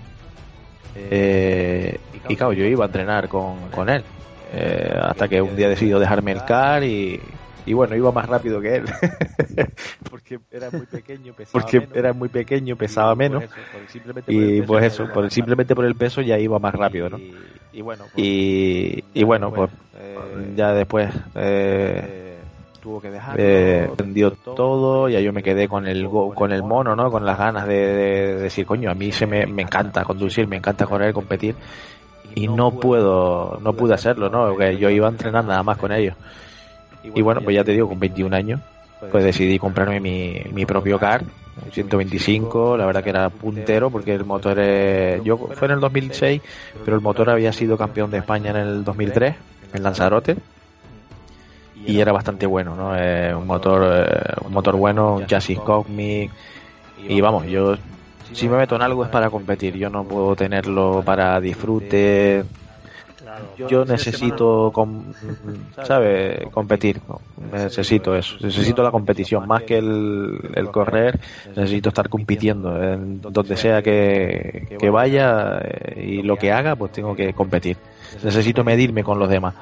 Y claro, yo iba a entrenar con él, hasta que un día decidió dejarme el car y bueno, iba más rápido que él porque era muy pequeño, pesaba menos, y pues eso, simplemente por el peso ya iba más rápido, ¿no? Y bueno, pues ya después tuvo que dejar, vendió todo, y yo me quedé con el mono, ¿no? Con las ganas de decir, coño, a mí me encanta conducir, me encanta correr, competir, y no pude hacerlo, ¿no? Porque yo iba a entrenar nada más con ellos. Y bueno, pues ya te digo, con 21 años, pues decidí comprarme mi propio car, 125, la verdad que era puntero, porque el motor fue en el 2006, pero el motor había sido campeón de España en el 2003, en Lanzarote. Y era bastante bueno, ¿no? Un motor bueno, un chasis Cosmic, y vamos, yo si me meto en algo es para competir, yo no puedo tenerlo para disfrute. Yo necesito, ¿sabes? Competir, ¿no? Necesito eso, necesito la competición, más que el correr, necesito estar compitiendo, en donde sea que vaya y lo que haga, pues tengo que competir, necesito medirme con los demás.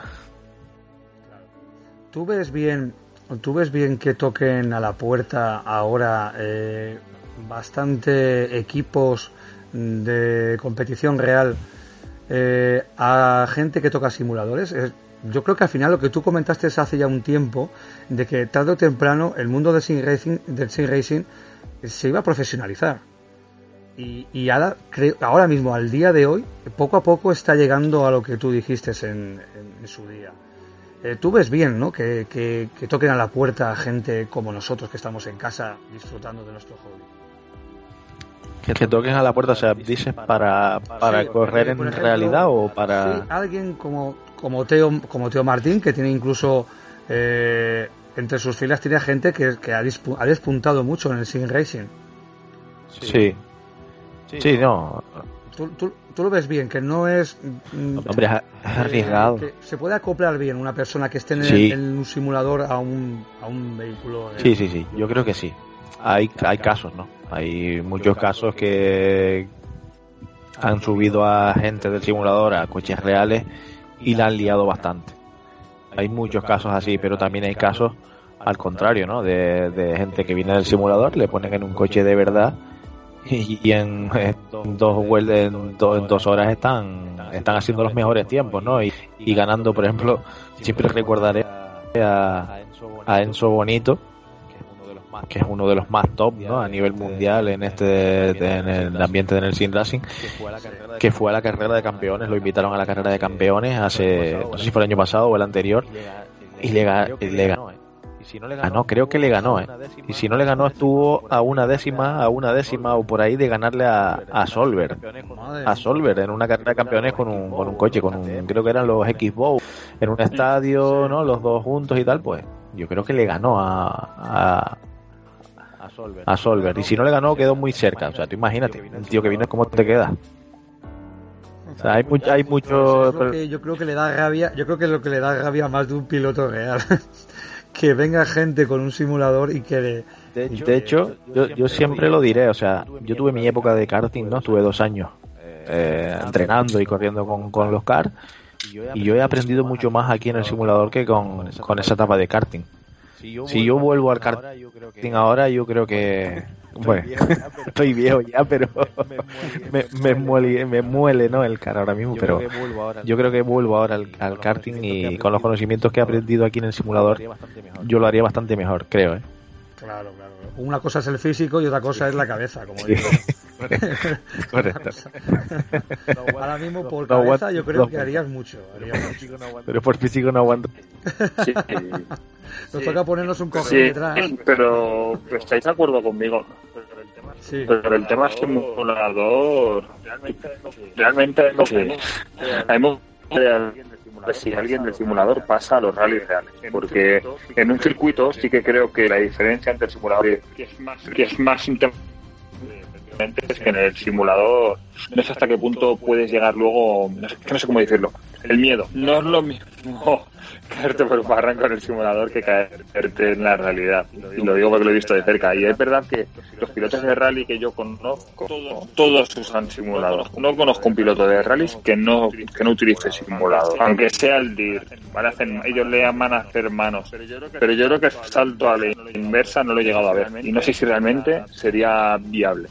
¿Tú ves bien que toquen a la puerta ahora bastante equipos de competición real a gente que toca simuladores? Yo creo que al final lo que tú comentaste hace ya un tiempo, de que tarde o temprano el mundo del sim racing se iba a profesionalizar. Y ahora mismo, al día de hoy, poco a poco está llegando a lo que tú dijiste en su día. Tú ves bien, ¿no? Que toquen a la puerta a gente como nosotros, que estamos en casa disfrutando de nuestro hobby. Que toquen a la puerta, o sea, dices para correr en ejemplo, realidad o para... Sí, alguien como Teo Martín, que tiene incluso entre sus filas tiene gente que ha despuntado mucho en el sim racing. Sí, no. Tú lo ves bien, que no es... Hombre, es arriesgado. Que se puede acoplar bien una persona que esté en un simulador a un vehículo. Sí, yo creo que sí. Hay casos, ¿no? Hay muchos casos que han subido a gente del simulador a coches reales y la han liado bastante. Hay muchos casos así, pero también hay casos al contrario, ¿no? De gente que viene del simulador, le ponen en un coche de verdad y en 2 horas están haciendo los mejores tiempos, ¿no? Y ganando, por ejemplo, siempre recordaré a Enzo Bonito, uno de los más top, ¿no?, a nivel mundial en el ambiente del Sim Racing, que fue a la carrera de campeones. Lo invitaron a la carrera de campeones no sé si fue el año pasado o el anterior, y le ganó. Creo que le ganó, y si no le ganó, estuvo a una décima o por ahí de ganarle a Solberg en una carrera de campeones con un coche, creo que eran los Xbox, en un estadio, ¿no?, los dos juntos y tal. Pues yo creo que le ganó a Solberg, y si no le ganó, quedó muy cerca. O sea, tú imagínate, un tío que viene, ¿cómo te queda? O sea, hay mucho. Yo creo que le da rabia. Yo creo que es lo que le da rabia a más de un piloto real. Que venga gente con un simulador y que de hecho yo siempre lo diré. O sea, yo tuve mi época de karting, ¿no? Estuve 2 años entrenando y corriendo con los cars, y yo he aprendido mucho más aquí en el simulador que con esa etapa de karting. Si yo vuelvo al karting ahora, yo creo que, bueno, estoy viejo ya, pero me muele, ¿no?, el car ahora mismo. Pero yo creo que vuelvo ahora al karting, y con los conocimientos que he aprendido aquí en el simulador, yo lo haría bastante mejor, creo, ¿eh? Claro. Una cosa es el físico y otra cosa es la cabeza, como digo. Correcto. Ahora mismo por cabeza yo creo que harías mucho. Pero por físico no aguanto. Sí. Nos toca ponernos un cojón detrás. Pero ¿estáis de acuerdo conmigo? Sí. Pero el tema es que el simulador realmente si alguien del simulador pasa a los rallies reales, porque en un circuito sí que creo que la diferencia entre el simulador que es más interesante es que en el simulador no sé hasta qué punto puedes llegar luego, no sé cómo decirlo, el miedo. No es lo mismo caerte por un barranco en el simulador que caerte en la realidad, y lo digo porque lo he visto de cerca. Y es verdad que los pilotos de rally que yo conozco, todos usan simulador. No conozco un piloto de rallies que no utilice simulador, aunque sea el DIR, ¿vale? Ellos le llaman a hacer manos, pero yo creo que el salto a la inversa no lo he llegado a ver, y no sé si realmente sería viable.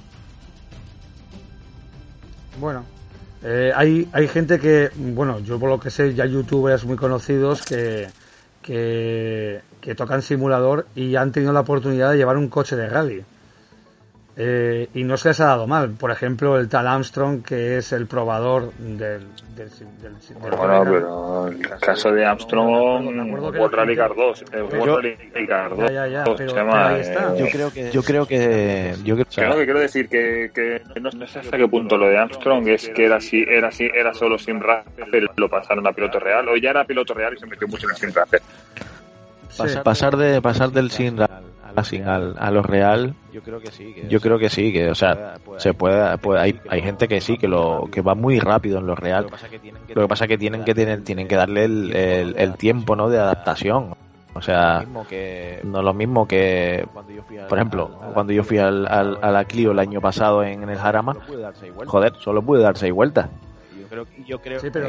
Bueno, hay gente que, bueno, yo por lo que sé, ya youtubers muy conocidos que tocan simulador y han tenido la oportunidad de llevar un coche de rally. Y no se les ha dado mal. Por ejemplo, el tal Armstrong, que es el probador del bueno, pero en el caso de Armstrong, World Rally Car 2, World Rally Car 2, pero ahí está. Yo creo que quiero decir que no sé hasta qué punto lo de Armstrong es que era solo Sim Racer, pero lo pasaron a piloto real, o ya era piloto real y se metió mucho en el Sim Racer. Pasar del Sim Racing a lo real, yo creo que sí, que o sea, se puede hay gente que sí, que va muy rápido en lo real. Lo que pasa es que tienen que darle el tiempo, ¿no?, de adaptación. O sea, no es lo mismo que, por ejemplo, cuando yo fui a la Clio el año pasado en el Jarama, joder, solo pude dar 6 vueltas. Yo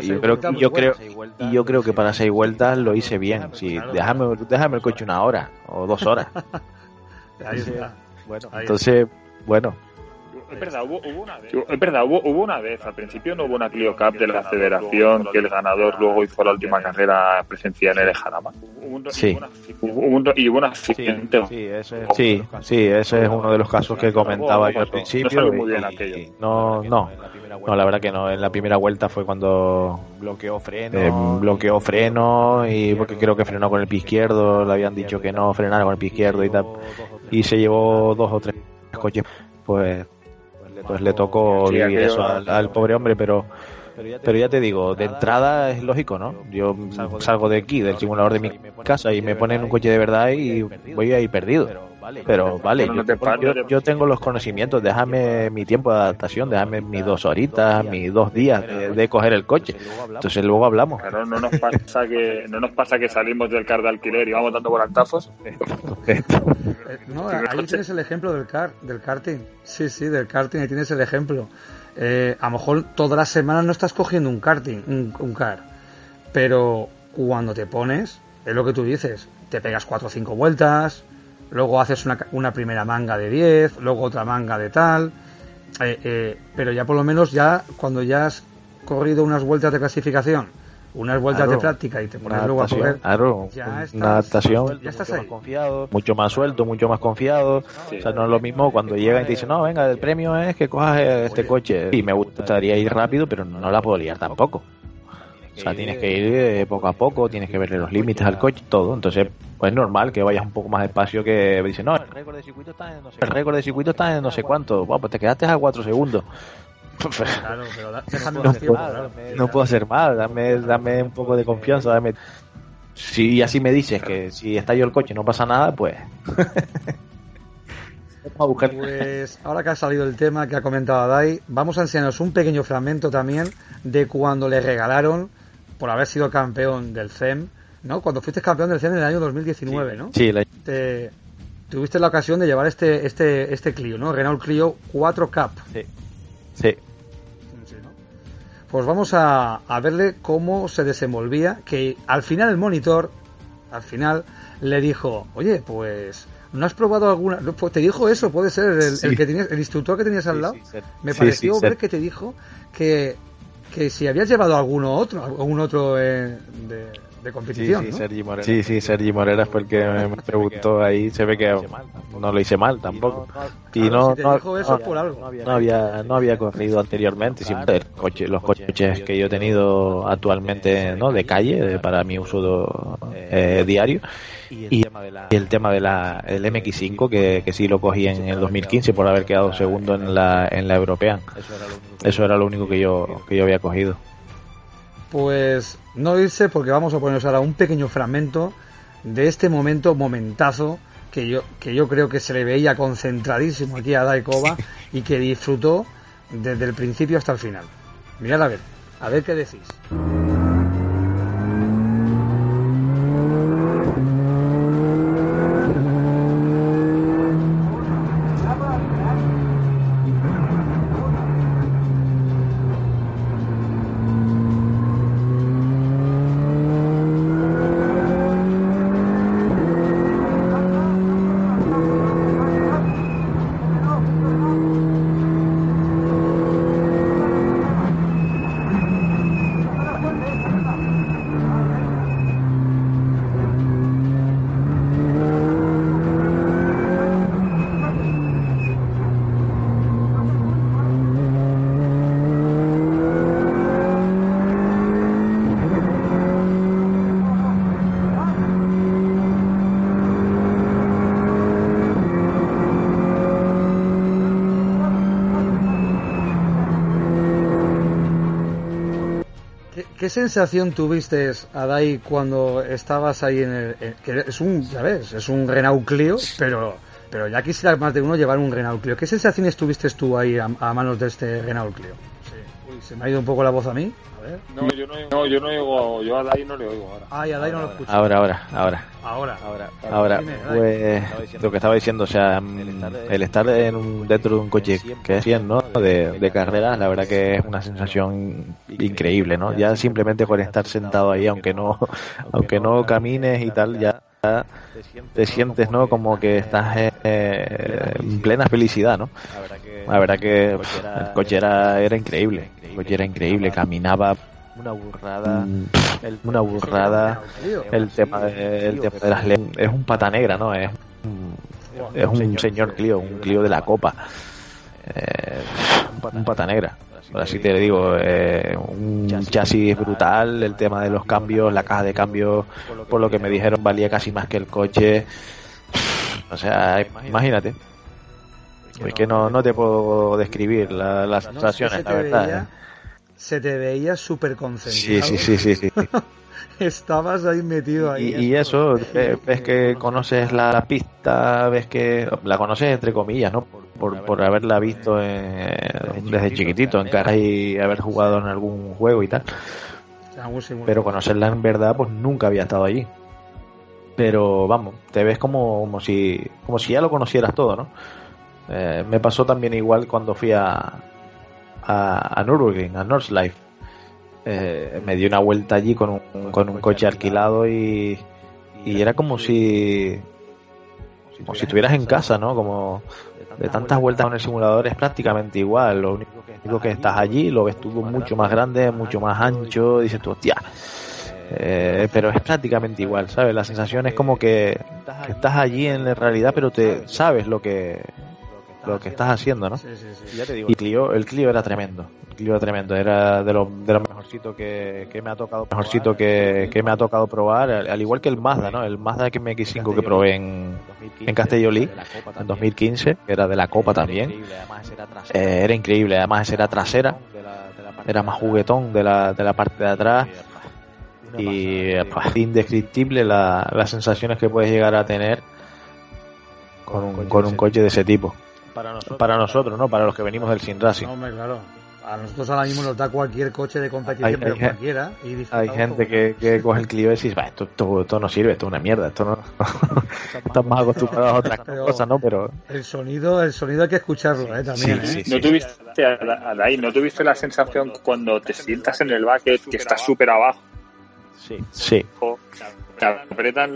creo que para 6 vueltas lo hice bien. Sí, déjame el coche 1 hora o 2 horas. Entonces, bueno. Es verdad, hubo una vez, al principio no hubo una Clio Cup de la federación, que el ganador luego hizo la última carrera presencial en el Jarama. Sí. Hubo un accidente. Sí, ese es uno de los casos que comentaba yo al principio. No salió muy bien aquello. No, la verdad que no. En la primera vuelta fue cuando bloqueó freno, y porque creo que frenó con el pie izquierdo, le habían dicho que no frenara con el pie izquierdo y tal, y se llevó 2 o 3 coches. Pues le tocó vivir eso al pobre hombre, pero ya te digo, de entrada es lógico, ¿no? Yo salgo de aquí, del simulador de mi casa, y me ponen un coche de verdad y voy a ir perdido. Pero vale, yo tengo los conocimientos, déjame mi tiempo de adaptación, déjame mis 2 horitas, mis 2 días de coger el coche. Entonces luego hablamos. Claro, no nos pasa que salimos del car de alquiler y vamos dando volantazos. No, ahí tienes el ejemplo del karting. Sí, del karting, ahí tienes el ejemplo. A lo mejor todas las semanas no estás cogiendo un karting, un car, pero cuando te pones, es lo que tú dices, te pegas 4 o 5 vueltas, luego haces una primera manga de 10, luego otra manga de tal, pero ya por lo menos, ya cuando ya has corrido unas vueltas de clasificación unas vueltas de práctica y te pones luego a correr, una adaptación, ya estás mucho ahí. más confiado, mucho más suelto, mucho más confiado. Sí. O sea, no es lo mismo cuando llegan y te dicen, no, venga, el premio es que cojas este coche. Y me gustaría ir rápido, pero no la puedo liar tampoco. O sea, tienes que ir poco a poco, tienes que verle los límites al coche, todo. Entonces, pues es normal que vayas un poco más despacio, que dicen, no, el récord de circuito está en no sé cuánto. Bueno, pues te quedaste a 4 segundos. Claro, pero déjame más tiempo, claro. No puedo hacer mal, dame un poco de confianza, si así me dices que si estalló el coche no pasa nada, pues pues ahora que ha salido el tema que ha comentado Adai, vamos a enseñaros un pequeño fragmento también de cuando le regalaron, por haber sido campeón del CEM, ¿no? Cuando fuiste campeón del CEM en el año 2019, ¿no? Sí. Tuviste la ocasión de llevar este Clio, ¿no? Renault Clio 4 Cup. Sí. ¿No? Pues vamos a verle cómo se desenvolvía, que al final el monitor, le dijo, oye, pues, ¿no has probado alguna? Pues te dijo eso, puede ser el que tenías, el instructor que tenías al lado. Me pareció ver que te dijo que si habías llevado algún otro de competición, sí, ¿no? Sergi Morera. Sí, Sergi Morera fue el que me preguntó ahí. Se ve que no lo hice mal tampoco. Y claro, no, si te dijo eso por algo. No había corrido anteriormente. Los coches que yo he tenido actualmente, ¿no? De calle, para mi uso diario. Y el tema del MX5, que sí lo cogí en el 2015 por haber quedado segundo en la European. Eso era lo único que yo había cogido. Pues no irse, porque vamos a ponernos ahora un pequeño fragmento de este momentazo que yo creo que se le veía concentradísimo aquí a Adai Cova y que disfrutó desde el principio hasta el final. Mirad a ver qué decís. ¿Qué sensación tuviste, Adai, cuando estabas ahí que es un Renault Clio, pero ya quisiera más de uno llevar un Renault Clio? ¿Qué sensaciones tuviste tú ahí a manos de este Renault Clio? Sí. Uy, se me ha ido un poco la voz a mí. A ver. Yo no oigo, yo a Adai no le oigo ahora. Ay, Adai no lo escucho. Ahora. Dime, pues lo que estaba diciendo, o sea, el estar dentro de un coche que es 100, ¿no? De carreras, la verdad que es una sensación increíble, ¿no? Ya simplemente con estar sentado ahí, aunque no camines y tal, ya te sientes, ¿no? Como que estás en plena felicidad, ¿no? La verdad que el coche era increíble. El coche era increíble, caminaba una burrada. El tema de las leyes es un pata negra, ¿no? Es un señor Clio, un Clio de la Copa, un pata negra. Ahora sí te digo, un chasis brutal, el tema de los cambios, la caja de cambios, por lo que me dijeron, valía casi más que el coche. O sea, imagínate. Es que no te puedo describir las sensaciones, la verdad. Se te veía súper concentrado. Sí. Estabas ahí metido ahí. Y eso, ves que conoces la pista, ves que la conoces entre comillas, ¿no? Por haberla visto desde chiquitito en casa y haber jugado en algún juego y tal. Pero conocerla en verdad, pues nunca había estado allí. Pero vamos, te ves como si ya lo conocieras todo, ¿no? Me pasó también igual cuando fui a Nürburgring, a Nordschleife. Me di una vuelta allí con un coche alquilado y era como si como si estuvieras en casa, ¿no? Como de tantas vueltas con el simulador es prácticamente igual. Lo único que estás allí, lo ves todo mucho más grande, mucho más ancho, dices tú, hostia. Pero es prácticamente igual, ¿sabes? La sensación es como que estás allí en la realidad, pero te sabes lo que estás haciendo, ¿no? Sí. Y ya te digo, el Clio era tremendo. El Clio era tremendo, era de lo mejorcito que me ha tocado, que me ha tocado probar, al igual que el Mazda, ¿no? El Mazda MX-5 que probé en Castellolí en 2015, que era de la Copa también. Era increíble, además era trasera, era más juguetón de la parte de atrás. Y pues, indescriptible las sensaciones que puedes llegar a tener con un coche de ese tipo. Para nosotros, ¿no? Para los que venimos del Sim Racing. No, hombre, claro. A nosotros ahora mismo nos da cualquier coche de competición, pero cualquiera. Y hay gente que coge el Clio y dice, esto no sirve, esto es una mierda, esto no... Están más acostumbrados a otras cosas, ¿no? Pero... El sonido hay que escucharlo, también. Sí. ¿No tuviste la sensación cuando te sientas en el bucket que estás súper abajo? Sí. Te apretan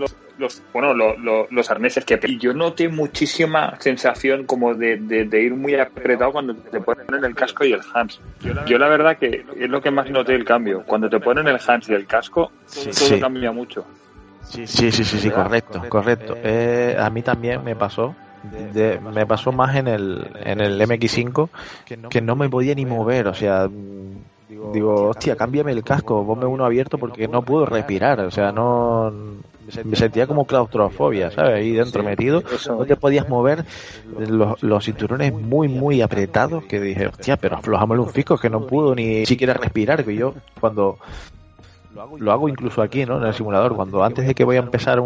los arneses y yo noté muchísima sensación como de ir muy apretado cuando te ponen el casco y el Hans. Yo la verdad que es lo que más noté el cambio. Cuando te ponen el Hans y el casco, todo cambia mucho. Sí, correcto. A mí también me pasó. Me pasó más en el MX5 que no me podía ni mover, o sea, digo, hostia, cámbiame el casco, ponme uno abierto porque no puedo respirar, o sea, no me sentía como claustrofobia, ¿sabes? Ahí dentro metido, no te podías mover, los cinturones muy apretados, que dije, hostia, pero aflojámosle un fisco, que no puedo ni siquiera respirar, que yo cuando lo hago incluso aquí, ¿no? En el simulador, cuando antes de que voy a empezar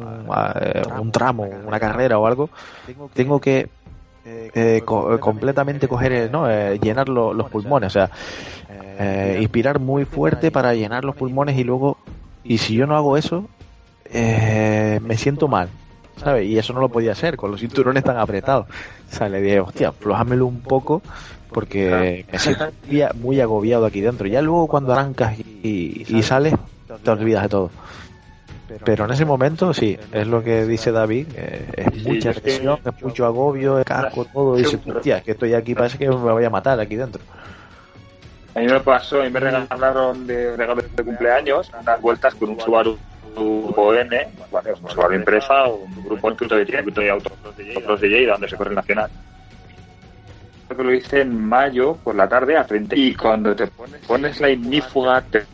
un tramo, una carrera o algo, tengo que completamente coger, ¿no? Llenar los pulmones, o sea, inspirar muy fuerte para llenar los pulmones y si yo no hago eso, me siento mal, ¿sabes? Y eso no lo podía hacer con los cinturones tan apretados. O sea, le dije, hostia, aflójamelo un poco porque me siento muy agobiado aquí dentro. Ya luego cuando arrancas y sales, te olvidas de todo. Pero en ese momento sí, es lo que dice David, es mucha presión, es mucho agobio, es casco, todo, y dices, hostia, es que estoy aquí, parece que me voy a matar aquí dentro. A mí me pasó, a mí me regalaron de regalos de cumpleaños unas vueltas con un Subaru N, ¿vale? Un Subaru Impresa o un grupo en circuito de autos de Lleida, donde se corre el nacional. Creo que lo hice en mayo por la tarde a 30 y cuando te pones la ignífuga, te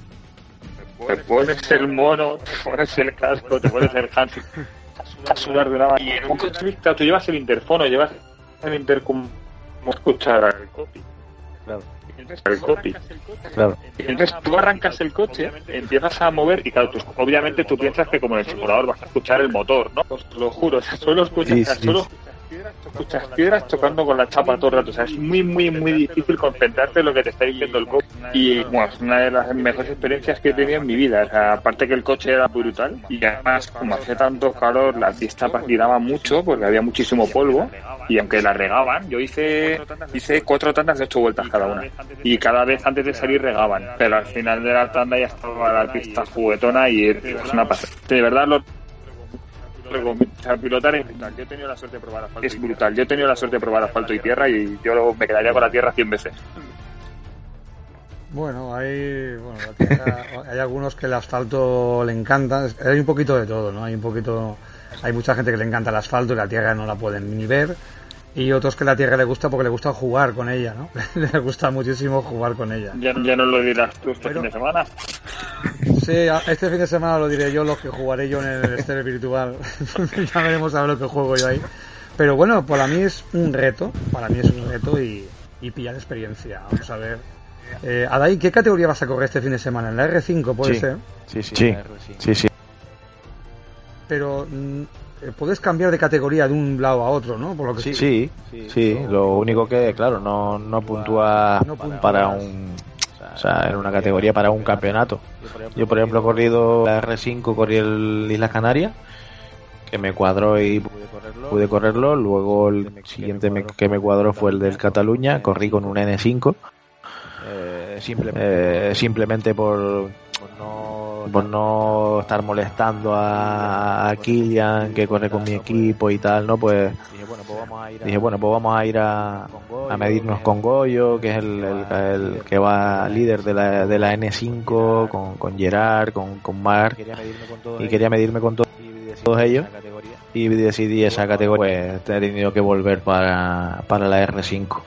pones el mono, te pones el casco, te pones el Hans, a sudar de una manera. Y en un coche tú llevas el interfono, llevas el intercom, escuchar el copy. Claro. El copy. Claro. Entonces tú arrancas el coche, empiezas a mover y claro, obviamente tú piensas que como en el simulador vas a escuchar el motor, ¿no? Os lo juro, o sea, solo escuchas, escuchas piedras chocando con la chapa todo el rato, o sea, es muy difícil concentrarte en lo que te está diciendo el coche. Y bueno, es una de las mejores experiencias que he tenido en mi vida, o sea, aparte que el coche era brutal y además como hacía tanto calor la pista patinaba mucho porque había muchísimo polvo y aunque la regaban, yo hice 4 tandas de 8 vueltas cada una y cada vez antes de salir regaban, pero al final de la tanda ya estaba la pista juguetona y es una pasada. De verdad pilotar es brutal. Yo he tenido la suerte de probar asfalto. Es brutal. Yo he tenido la suerte de probar asfalto y tierra y yo me quedaría con la tierra 100 veces. Bueno, hay algunos que el asfalto le encanta. Hay un poquito de todo, ¿no? Hay mucha gente que le encanta el asfalto y la tierra no la pueden ni ver. Y otros que la tierra le gusta porque le gusta jugar con ella, ¿no? Le gusta muchísimo jugar con ella. Ya no lo dirás tú fin de semana. Sí, este fin de semana lo diré yo, lo que jugaré yo en el exterior virtual. Ya veremos a ver lo que juego yo ahí. Pero bueno, para mí es un reto y pillar experiencia. Vamos a ver. Adai, ¿qué categoría vas a correr este fin de semana? ¿En la R5 puede ser? Sí. Pero puedes cambiar de categoría de un lado a otro, ¿no? Por lo que sí. Lo único que, claro, no puntúa para un... O sea, en una categoría para un campeonato. Yo, por ejemplo, he corrido la R5, corrí el Islas Canarias, que me cuadró y pude correrlo. Luego el siguiente que me cuadró fue el del Cataluña, corrí con un N5. Simplemente por no no estar molestando a Kilian, que corre con mi equipo y tal, ¿no? Pues dije, bueno, pues vamos a ir a medirnos con Goyo, que es el que va líder de la N5, con Gerard, con Marc, y quería medirme con todos ellos, y decidí esa categoría, pues he tenido que volver para la R5.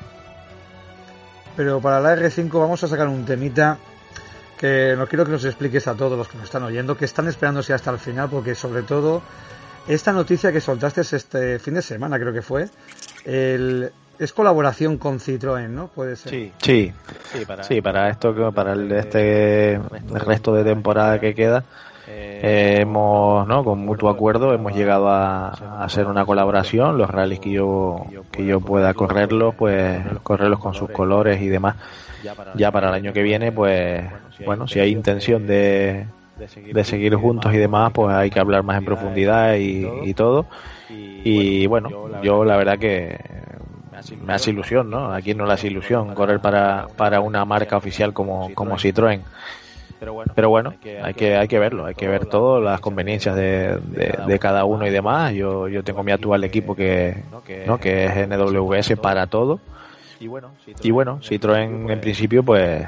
Pero para la R5 vamos a sacar un temita que no quiero que nos expliques a todos los que nos están oyendo, que están esperándose hasta el final, porque sobre todo esta noticia que soltaste este fin de semana, creo que fue, es colaboración con Citroën, ¿no? Puede ser. Sí, para esto, para el resto de temporada que queda, hemos, ¿no?, con mutuo acuerdo hemos llegado a hacer una colaboración. Los rallies que yo pueda correrlos, pues correrlos con sus colores y demás. Ya para el año que viene, pues bueno, si hay intención de seguir juntos y demás, pues hay que hablar más en profundidad y todo. Y bueno, yo la verdad que me hace ilusión, ¿no? ¿A quién no le hace ilusión correr para una marca oficial como Citroën? Pero bueno, hay que verlo, hay que ver todo, las conveniencias de cada uno y demás. Yo tengo mi actual equipo que es NWS para todo. Y bueno, Citroën en principio pues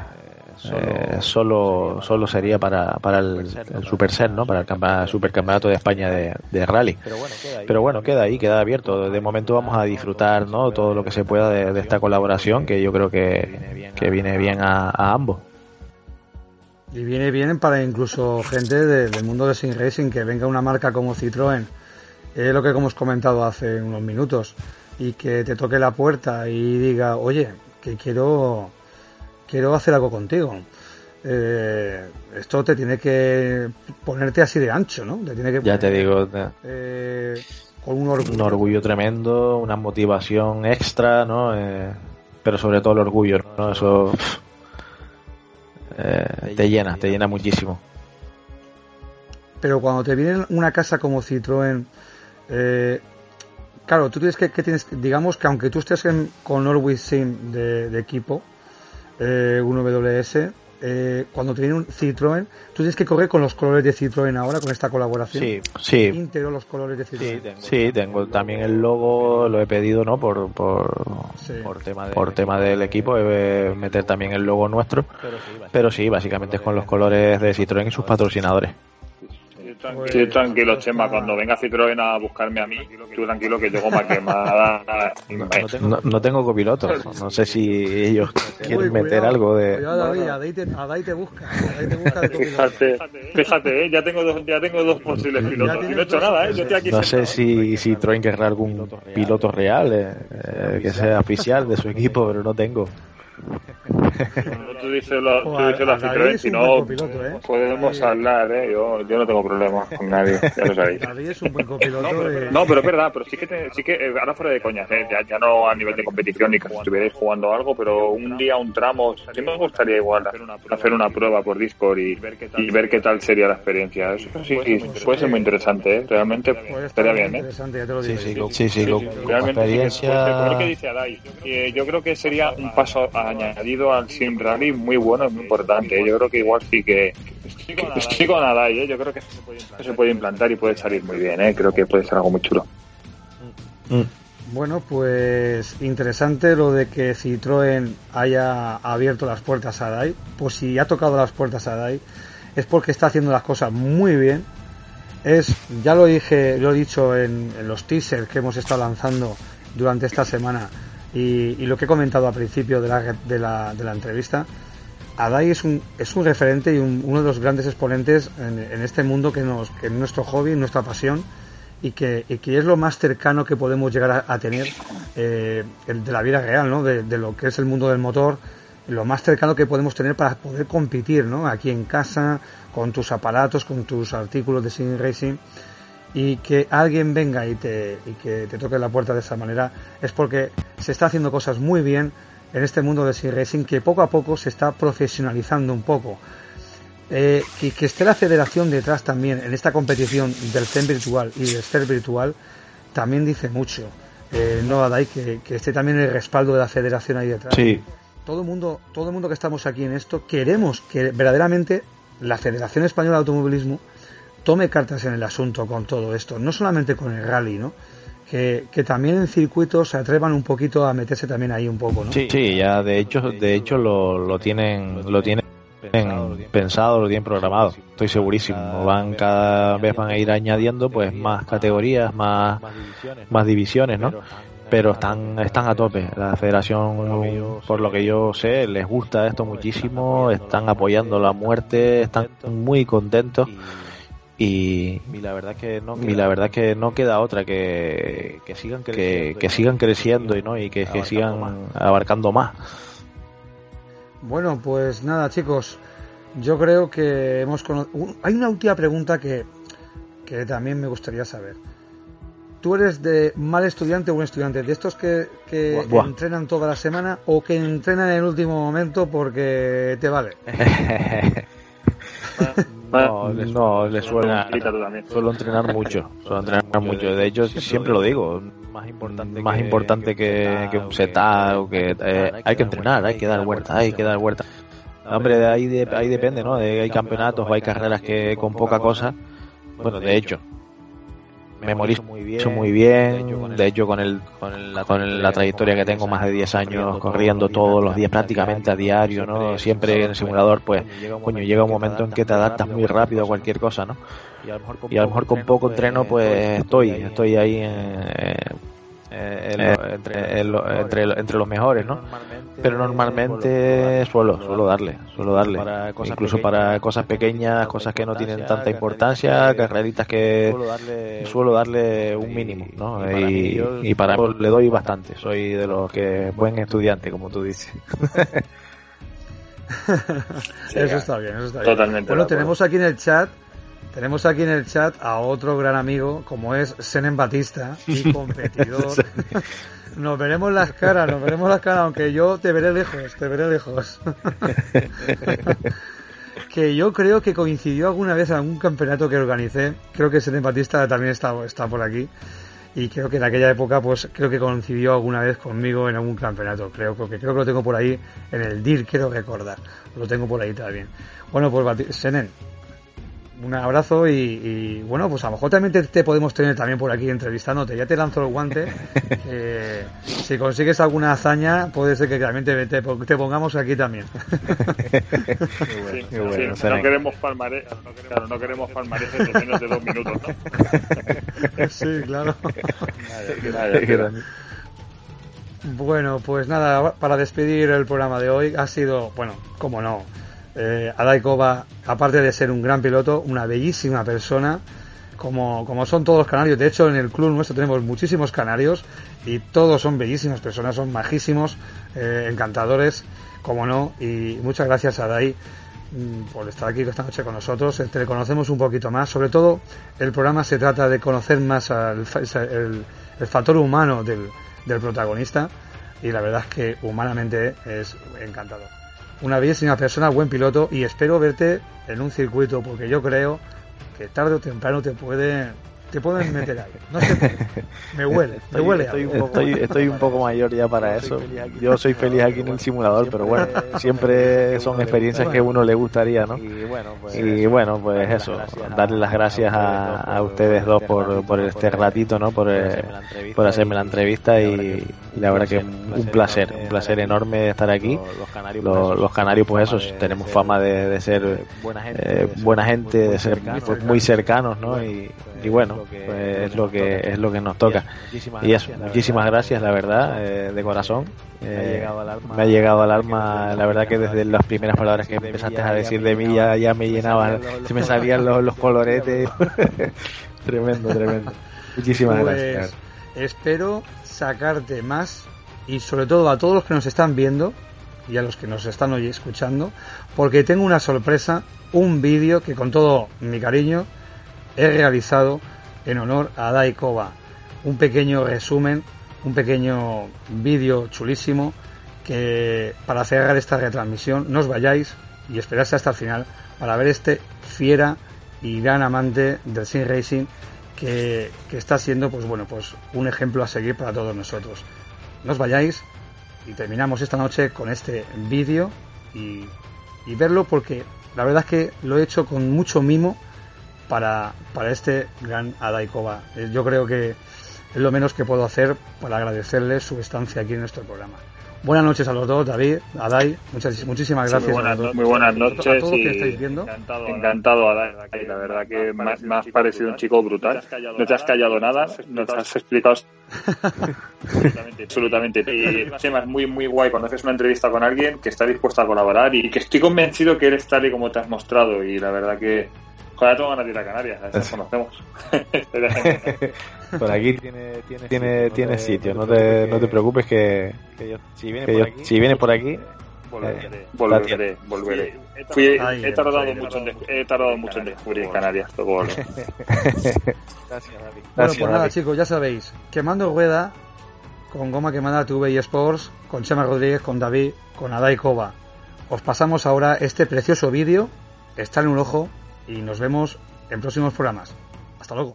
solo sería para el Superset, ¿no? Para el Supercampeonato de España de rally. Pero bueno, queda ahí, queda abierto. De momento vamos a disfrutar, ¿no?, todo lo que se pueda de esta colaboración, que yo creo que viene bien a ambos. Y viene bien para incluso gente del mundo de Sim Racing, que venga una marca como Citroën, lo que hemos comentado hace unos minutos, y que te toque la puerta y diga, oye, que quiero hacer algo contigo. Esto te tiene que ponerte así de ancho, ¿no? Te tiene que ya te digo, con un orgullo tremendo, una motivación extra, ¿no? Pero sobre todo el orgullo, ¿no? Eso te llena muchísimo. Pero cuando te viene una casa como Citroën, claro, tú tienes que tienes, digamos que aunque tú estés con Norwich Sim de equipo, un WS, cuando te viene un Citroën, tú tienes que correr con los colores de Citroën ahora, con esta colaboración. Sí. Íntegro los colores de Citroën. Sí, tengo también el logo, lo he pedido, ¿no? Por tema del equipo, meter también el logo nuestro. Pero sí, básicamente es con los colores de Citroën y sus patrocinadores. Sí, tranquilo, Chema, cuando venga Citroën a buscarme a mí, tú tranquilo que yo Goma Quemada. No tengo copiloto, no sé si ellos quieren meter algo de... Cuidado, David, a David te busca de copiloto. Fíjate, ya tengo dos posibles pilotos, y no he hecho nada, yo estoy aquí no sentado. sé si Citroën querrá algún piloto real, que sea oficial de su equipo, pero no tengo. Tú dices la Citroën, si no podemos hablar, yo no tengo problemas con nadie, ya lo sabéis. David es un buen copiloto. No, pero es verdad, pero sí que ahora fuera de coñas, ya no a nivel de competición ni que estuvierais jugando algo, pero un día, un tramo, sí me gustaría igual hacer una prueba por Discord y ver qué tal sería la experiencia. Eso sí, puede ser muy interesante, realmente estaría bien, Sí, realmente experiencia. Lo que dice Adai, yo creo que sería un paso añadido al Sim Rally muy bueno y muy importante. Yo creo que igual sí que estoy con Adai, yo creo que se puede implantar y puede salir muy bien, creo que puede ser algo muy chulo. Bueno, pues interesante lo de que Citroën haya abierto las puertas a Adai. Pues si ha tocado las puertas a Adai es porque está haciendo las cosas muy bien. Ya lo he dicho en los teasers que hemos estado lanzando durante esta semana y lo que he comentado al principio de la entrevista. Adai es un referente y uno de los grandes exponentes en este mundo que es nuestro hobby, nuestra pasión, y que es lo más cercano que podemos llegar a tener de la vida real, ¿no? De lo que es el mundo del motor, lo más cercano que podemos tener para poder competir, ¿no? Aquí en casa, con tus aparatos, con tus artículos de Sim Racing, y que alguien venga y que te toque la puerta de esa manera es porque se está haciendo cosas muy bien en este mundo de Sim Racing, que poco a poco se está profesionalizando un poco. Y que esté la federación detrás también en esta competición del Zen virtual y del Stern virtual también dice mucho. No, Adai, que esté también el respaldo de la federación ahí detrás. Sí. Todo el mundo que estamos aquí en esto queremos que verdaderamente la Federación Española de Automovilismo tome cartas en el asunto con todo esto, no solamente con el rally, ¿no? Que también en circuitos se atrevan un poquito a meterse también ahí un poco, ¿no? Sí, ya de hecho lo tienen pensado, lo tienen programado, estoy segurísimo. Cada vez van a ir añadiendo pues más categorías, más divisiones, ¿no? Pero están a tope. La federación, por lo que yo sé, les gusta esto muchísimo, están apoyando la muerte, están muy contentos. Y la verdad que no queda otra que sigan creciendo y que sigan abarcando más. Bueno, pues nada, chicos, yo creo que hay una última pregunta que también me gustaría saber. ¿Tú eres de mal estudiante o buen estudiante? ¿De estos que entrenan toda la semana o que entrenan en el último momento porque te vale? No, le suelo entrenar mucho. De hecho, siempre lo digo, más importante que un setup, que hay que entrenar, hay que dar vuelta. Hombre, de ahí depende, ¿no? Hay campeonatos, hay carreras que con poca cosa, bueno, de hecho, memorizo muy bien. De hecho, con la trayectoria que tengo, más de 10 años corriendo todos los días prácticamente a diario, ¿no? Siempre en el simulador, pues, llega un momento en que te adaptas muy rápido a cualquier cosa, ¿no? Y a lo mejor con poco entreno, pues estoy ahí entre los mejores, ¿no? Pero normalmente suelo darle, incluso para cosas pequeñas, cosas que no tienen tanta importancia, carreritas que suelo darle un mínimo, ¿no? Y para mí le doy bastante. Soy de los que buen estudiante, como tú dices. Eso está bien. Totalmente. Bueno, tenemos aquí en el chat a otro gran amigo, como es Senen Batista, mi competidor. Nos veremos las caras, aunque yo te veré lejos. Que yo creo que coincidió alguna vez en algún campeonato que organicé. Creo que Senen Batista también está por aquí. Y creo que en aquella época, pues creo que coincidió alguna vez conmigo en algún campeonato. Creo que lo tengo por ahí en el DIR, quiero recordar. Lo tengo por ahí también. Bueno, pues Senen, un abrazo y bueno, pues a lo mejor también te podemos tener también por aquí entrevistándote. Ya te lanzo el guante. Si consigues alguna hazaña, puede ser que también te pongamos aquí también. Qué bueno, sí, no queremos palmareces de menos de 2 minutos, ¿no? Sí, claro. Bueno, pues nada, para despedir el programa de hoy ha sido, bueno, cómo no, Adai Kova, aparte de ser un gran piloto, una bellísima persona, como son todos los canarios. De hecho, en el club nuestro tenemos muchísimos canarios y todos son bellísimas personas, son majísimos, encantadores, como no. Y muchas gracias, Adai, por estar aquí esta noche con nosotros. Te conocemos un poquito más. Sobre todo, el programa se trata de conocer más el factor humano del protagonista, y la verdad es que humanamente es encantador. Una bellísima persona, buen piloto, y espero verte en un circuito, porque yo creo que tarde o temprano te pueden meter ahí. No sé, me huele. Estoy un poco mayor ya para eso. Yo soy feliz aquí en el simulador, pero bueno, siempre son experiencias que a uno le gustaría, ¿no? Y bueno, pues eso, darle las gracias a ustedes dos por este ratito, ¿no? Por hacerme la entrevista, y la verdad que un placer enorme estar aquí. Los canarios, pues eso, tenemos fama de ser buena gente, de ser muy cercanos, ¿no? Y bueno, pues es lo que nos toca. Y eso, muchísimas gracias, la verdad, de corazón. Me ha llegado al alma, la verdad que desde las primeras palabras que empezaste a decir de mí ya me llenaban, se me salían los coloretes. Tremendo. Muchísimas gracias. Espero sacarte más, y sobre todo a todos los que nos están viendo y a los que nos están hoy escuchando, porque tengo una sorpresa, un vídeo que con todo mi cariño he realizado en honor a Adai Kova. Un pequeño resumen, un pequeño vídeo chulísimo, que para cerrar esta retransmisión no os vayáis y esperarse hasta el final para ver este fiera y gran amante del sim racing que está siendo, pues bueno, pues un ejemplo a seguir para todos nosotros. No os vayáis y terminamos esta noche con este vídeo, y y verlo, porque la verdad es que lo he hecho con mucho mimo para este gran Adai Kova. Yo creo que es lo menos que puedo hacer para agradecerle su estancia aquí en nuestro programa. Buenas noches a los dos, David, Adai, muchísimas gracias. Muy buenas noches a todos que estáis viendo. Encantado, Adai. La verdad que me has parecido un chico brutal. No te has callado nada, nos has explicado absolutamente. Y además, muy guay cuando haces una entrevista con alguien que está dispuesto a colaborar y que estoy convencido que eres tal y como te has mostrado. Y la verdad que joder, tengo ganas de ir a Canarias, a ver si nos conocemos. Por aquí tiene sitio, no te preocupes que yo, si vienes por aquí volveré. He tardado mucho en descubrir Canarias. Gracias, David. Bueno, pues nada, chicos, ya sabéis, Quemando Rueda con Goma Quemada TV y Sports, con Chema Rodríguez, con David, con Adai Kova. Os pasamos ahora este precioso vídeo, está en un ojo, y nos vemos en próximos programas. Hasta luego.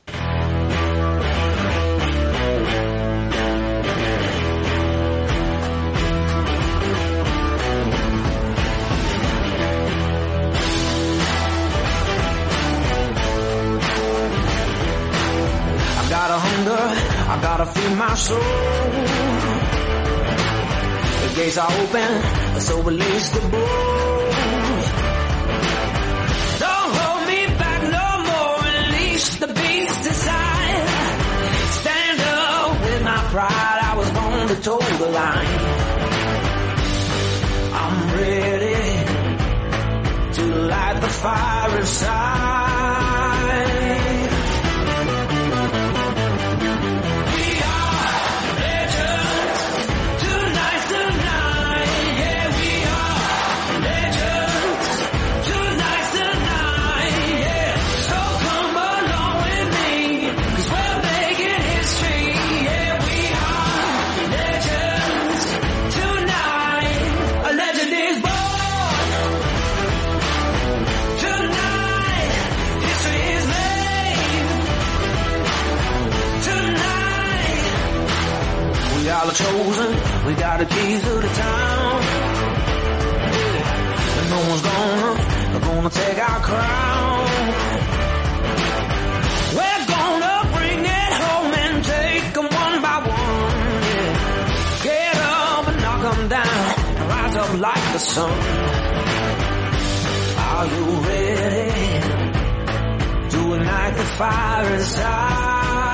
I got a hunger, I gotta feed my soul. The gates are open, so release the bull. The beast inside. Stand up with my pride. I was born to toe the line. I'm ready to light the fire inside. We are legends. Tonight. Yeah, we are legends. Tonight. Yeah. So come along with me, 'cause we're making history. Yeah, we are legends tonight. A legend is born tonight. History is made tonight. We are the chosen. We got the keys to the town, and no one's gonna take our crown. We're gonna bring it home and take them one by one. Yeah. Get up and knock them down and rise up like the sun. Are you ready to ignite the fire inside?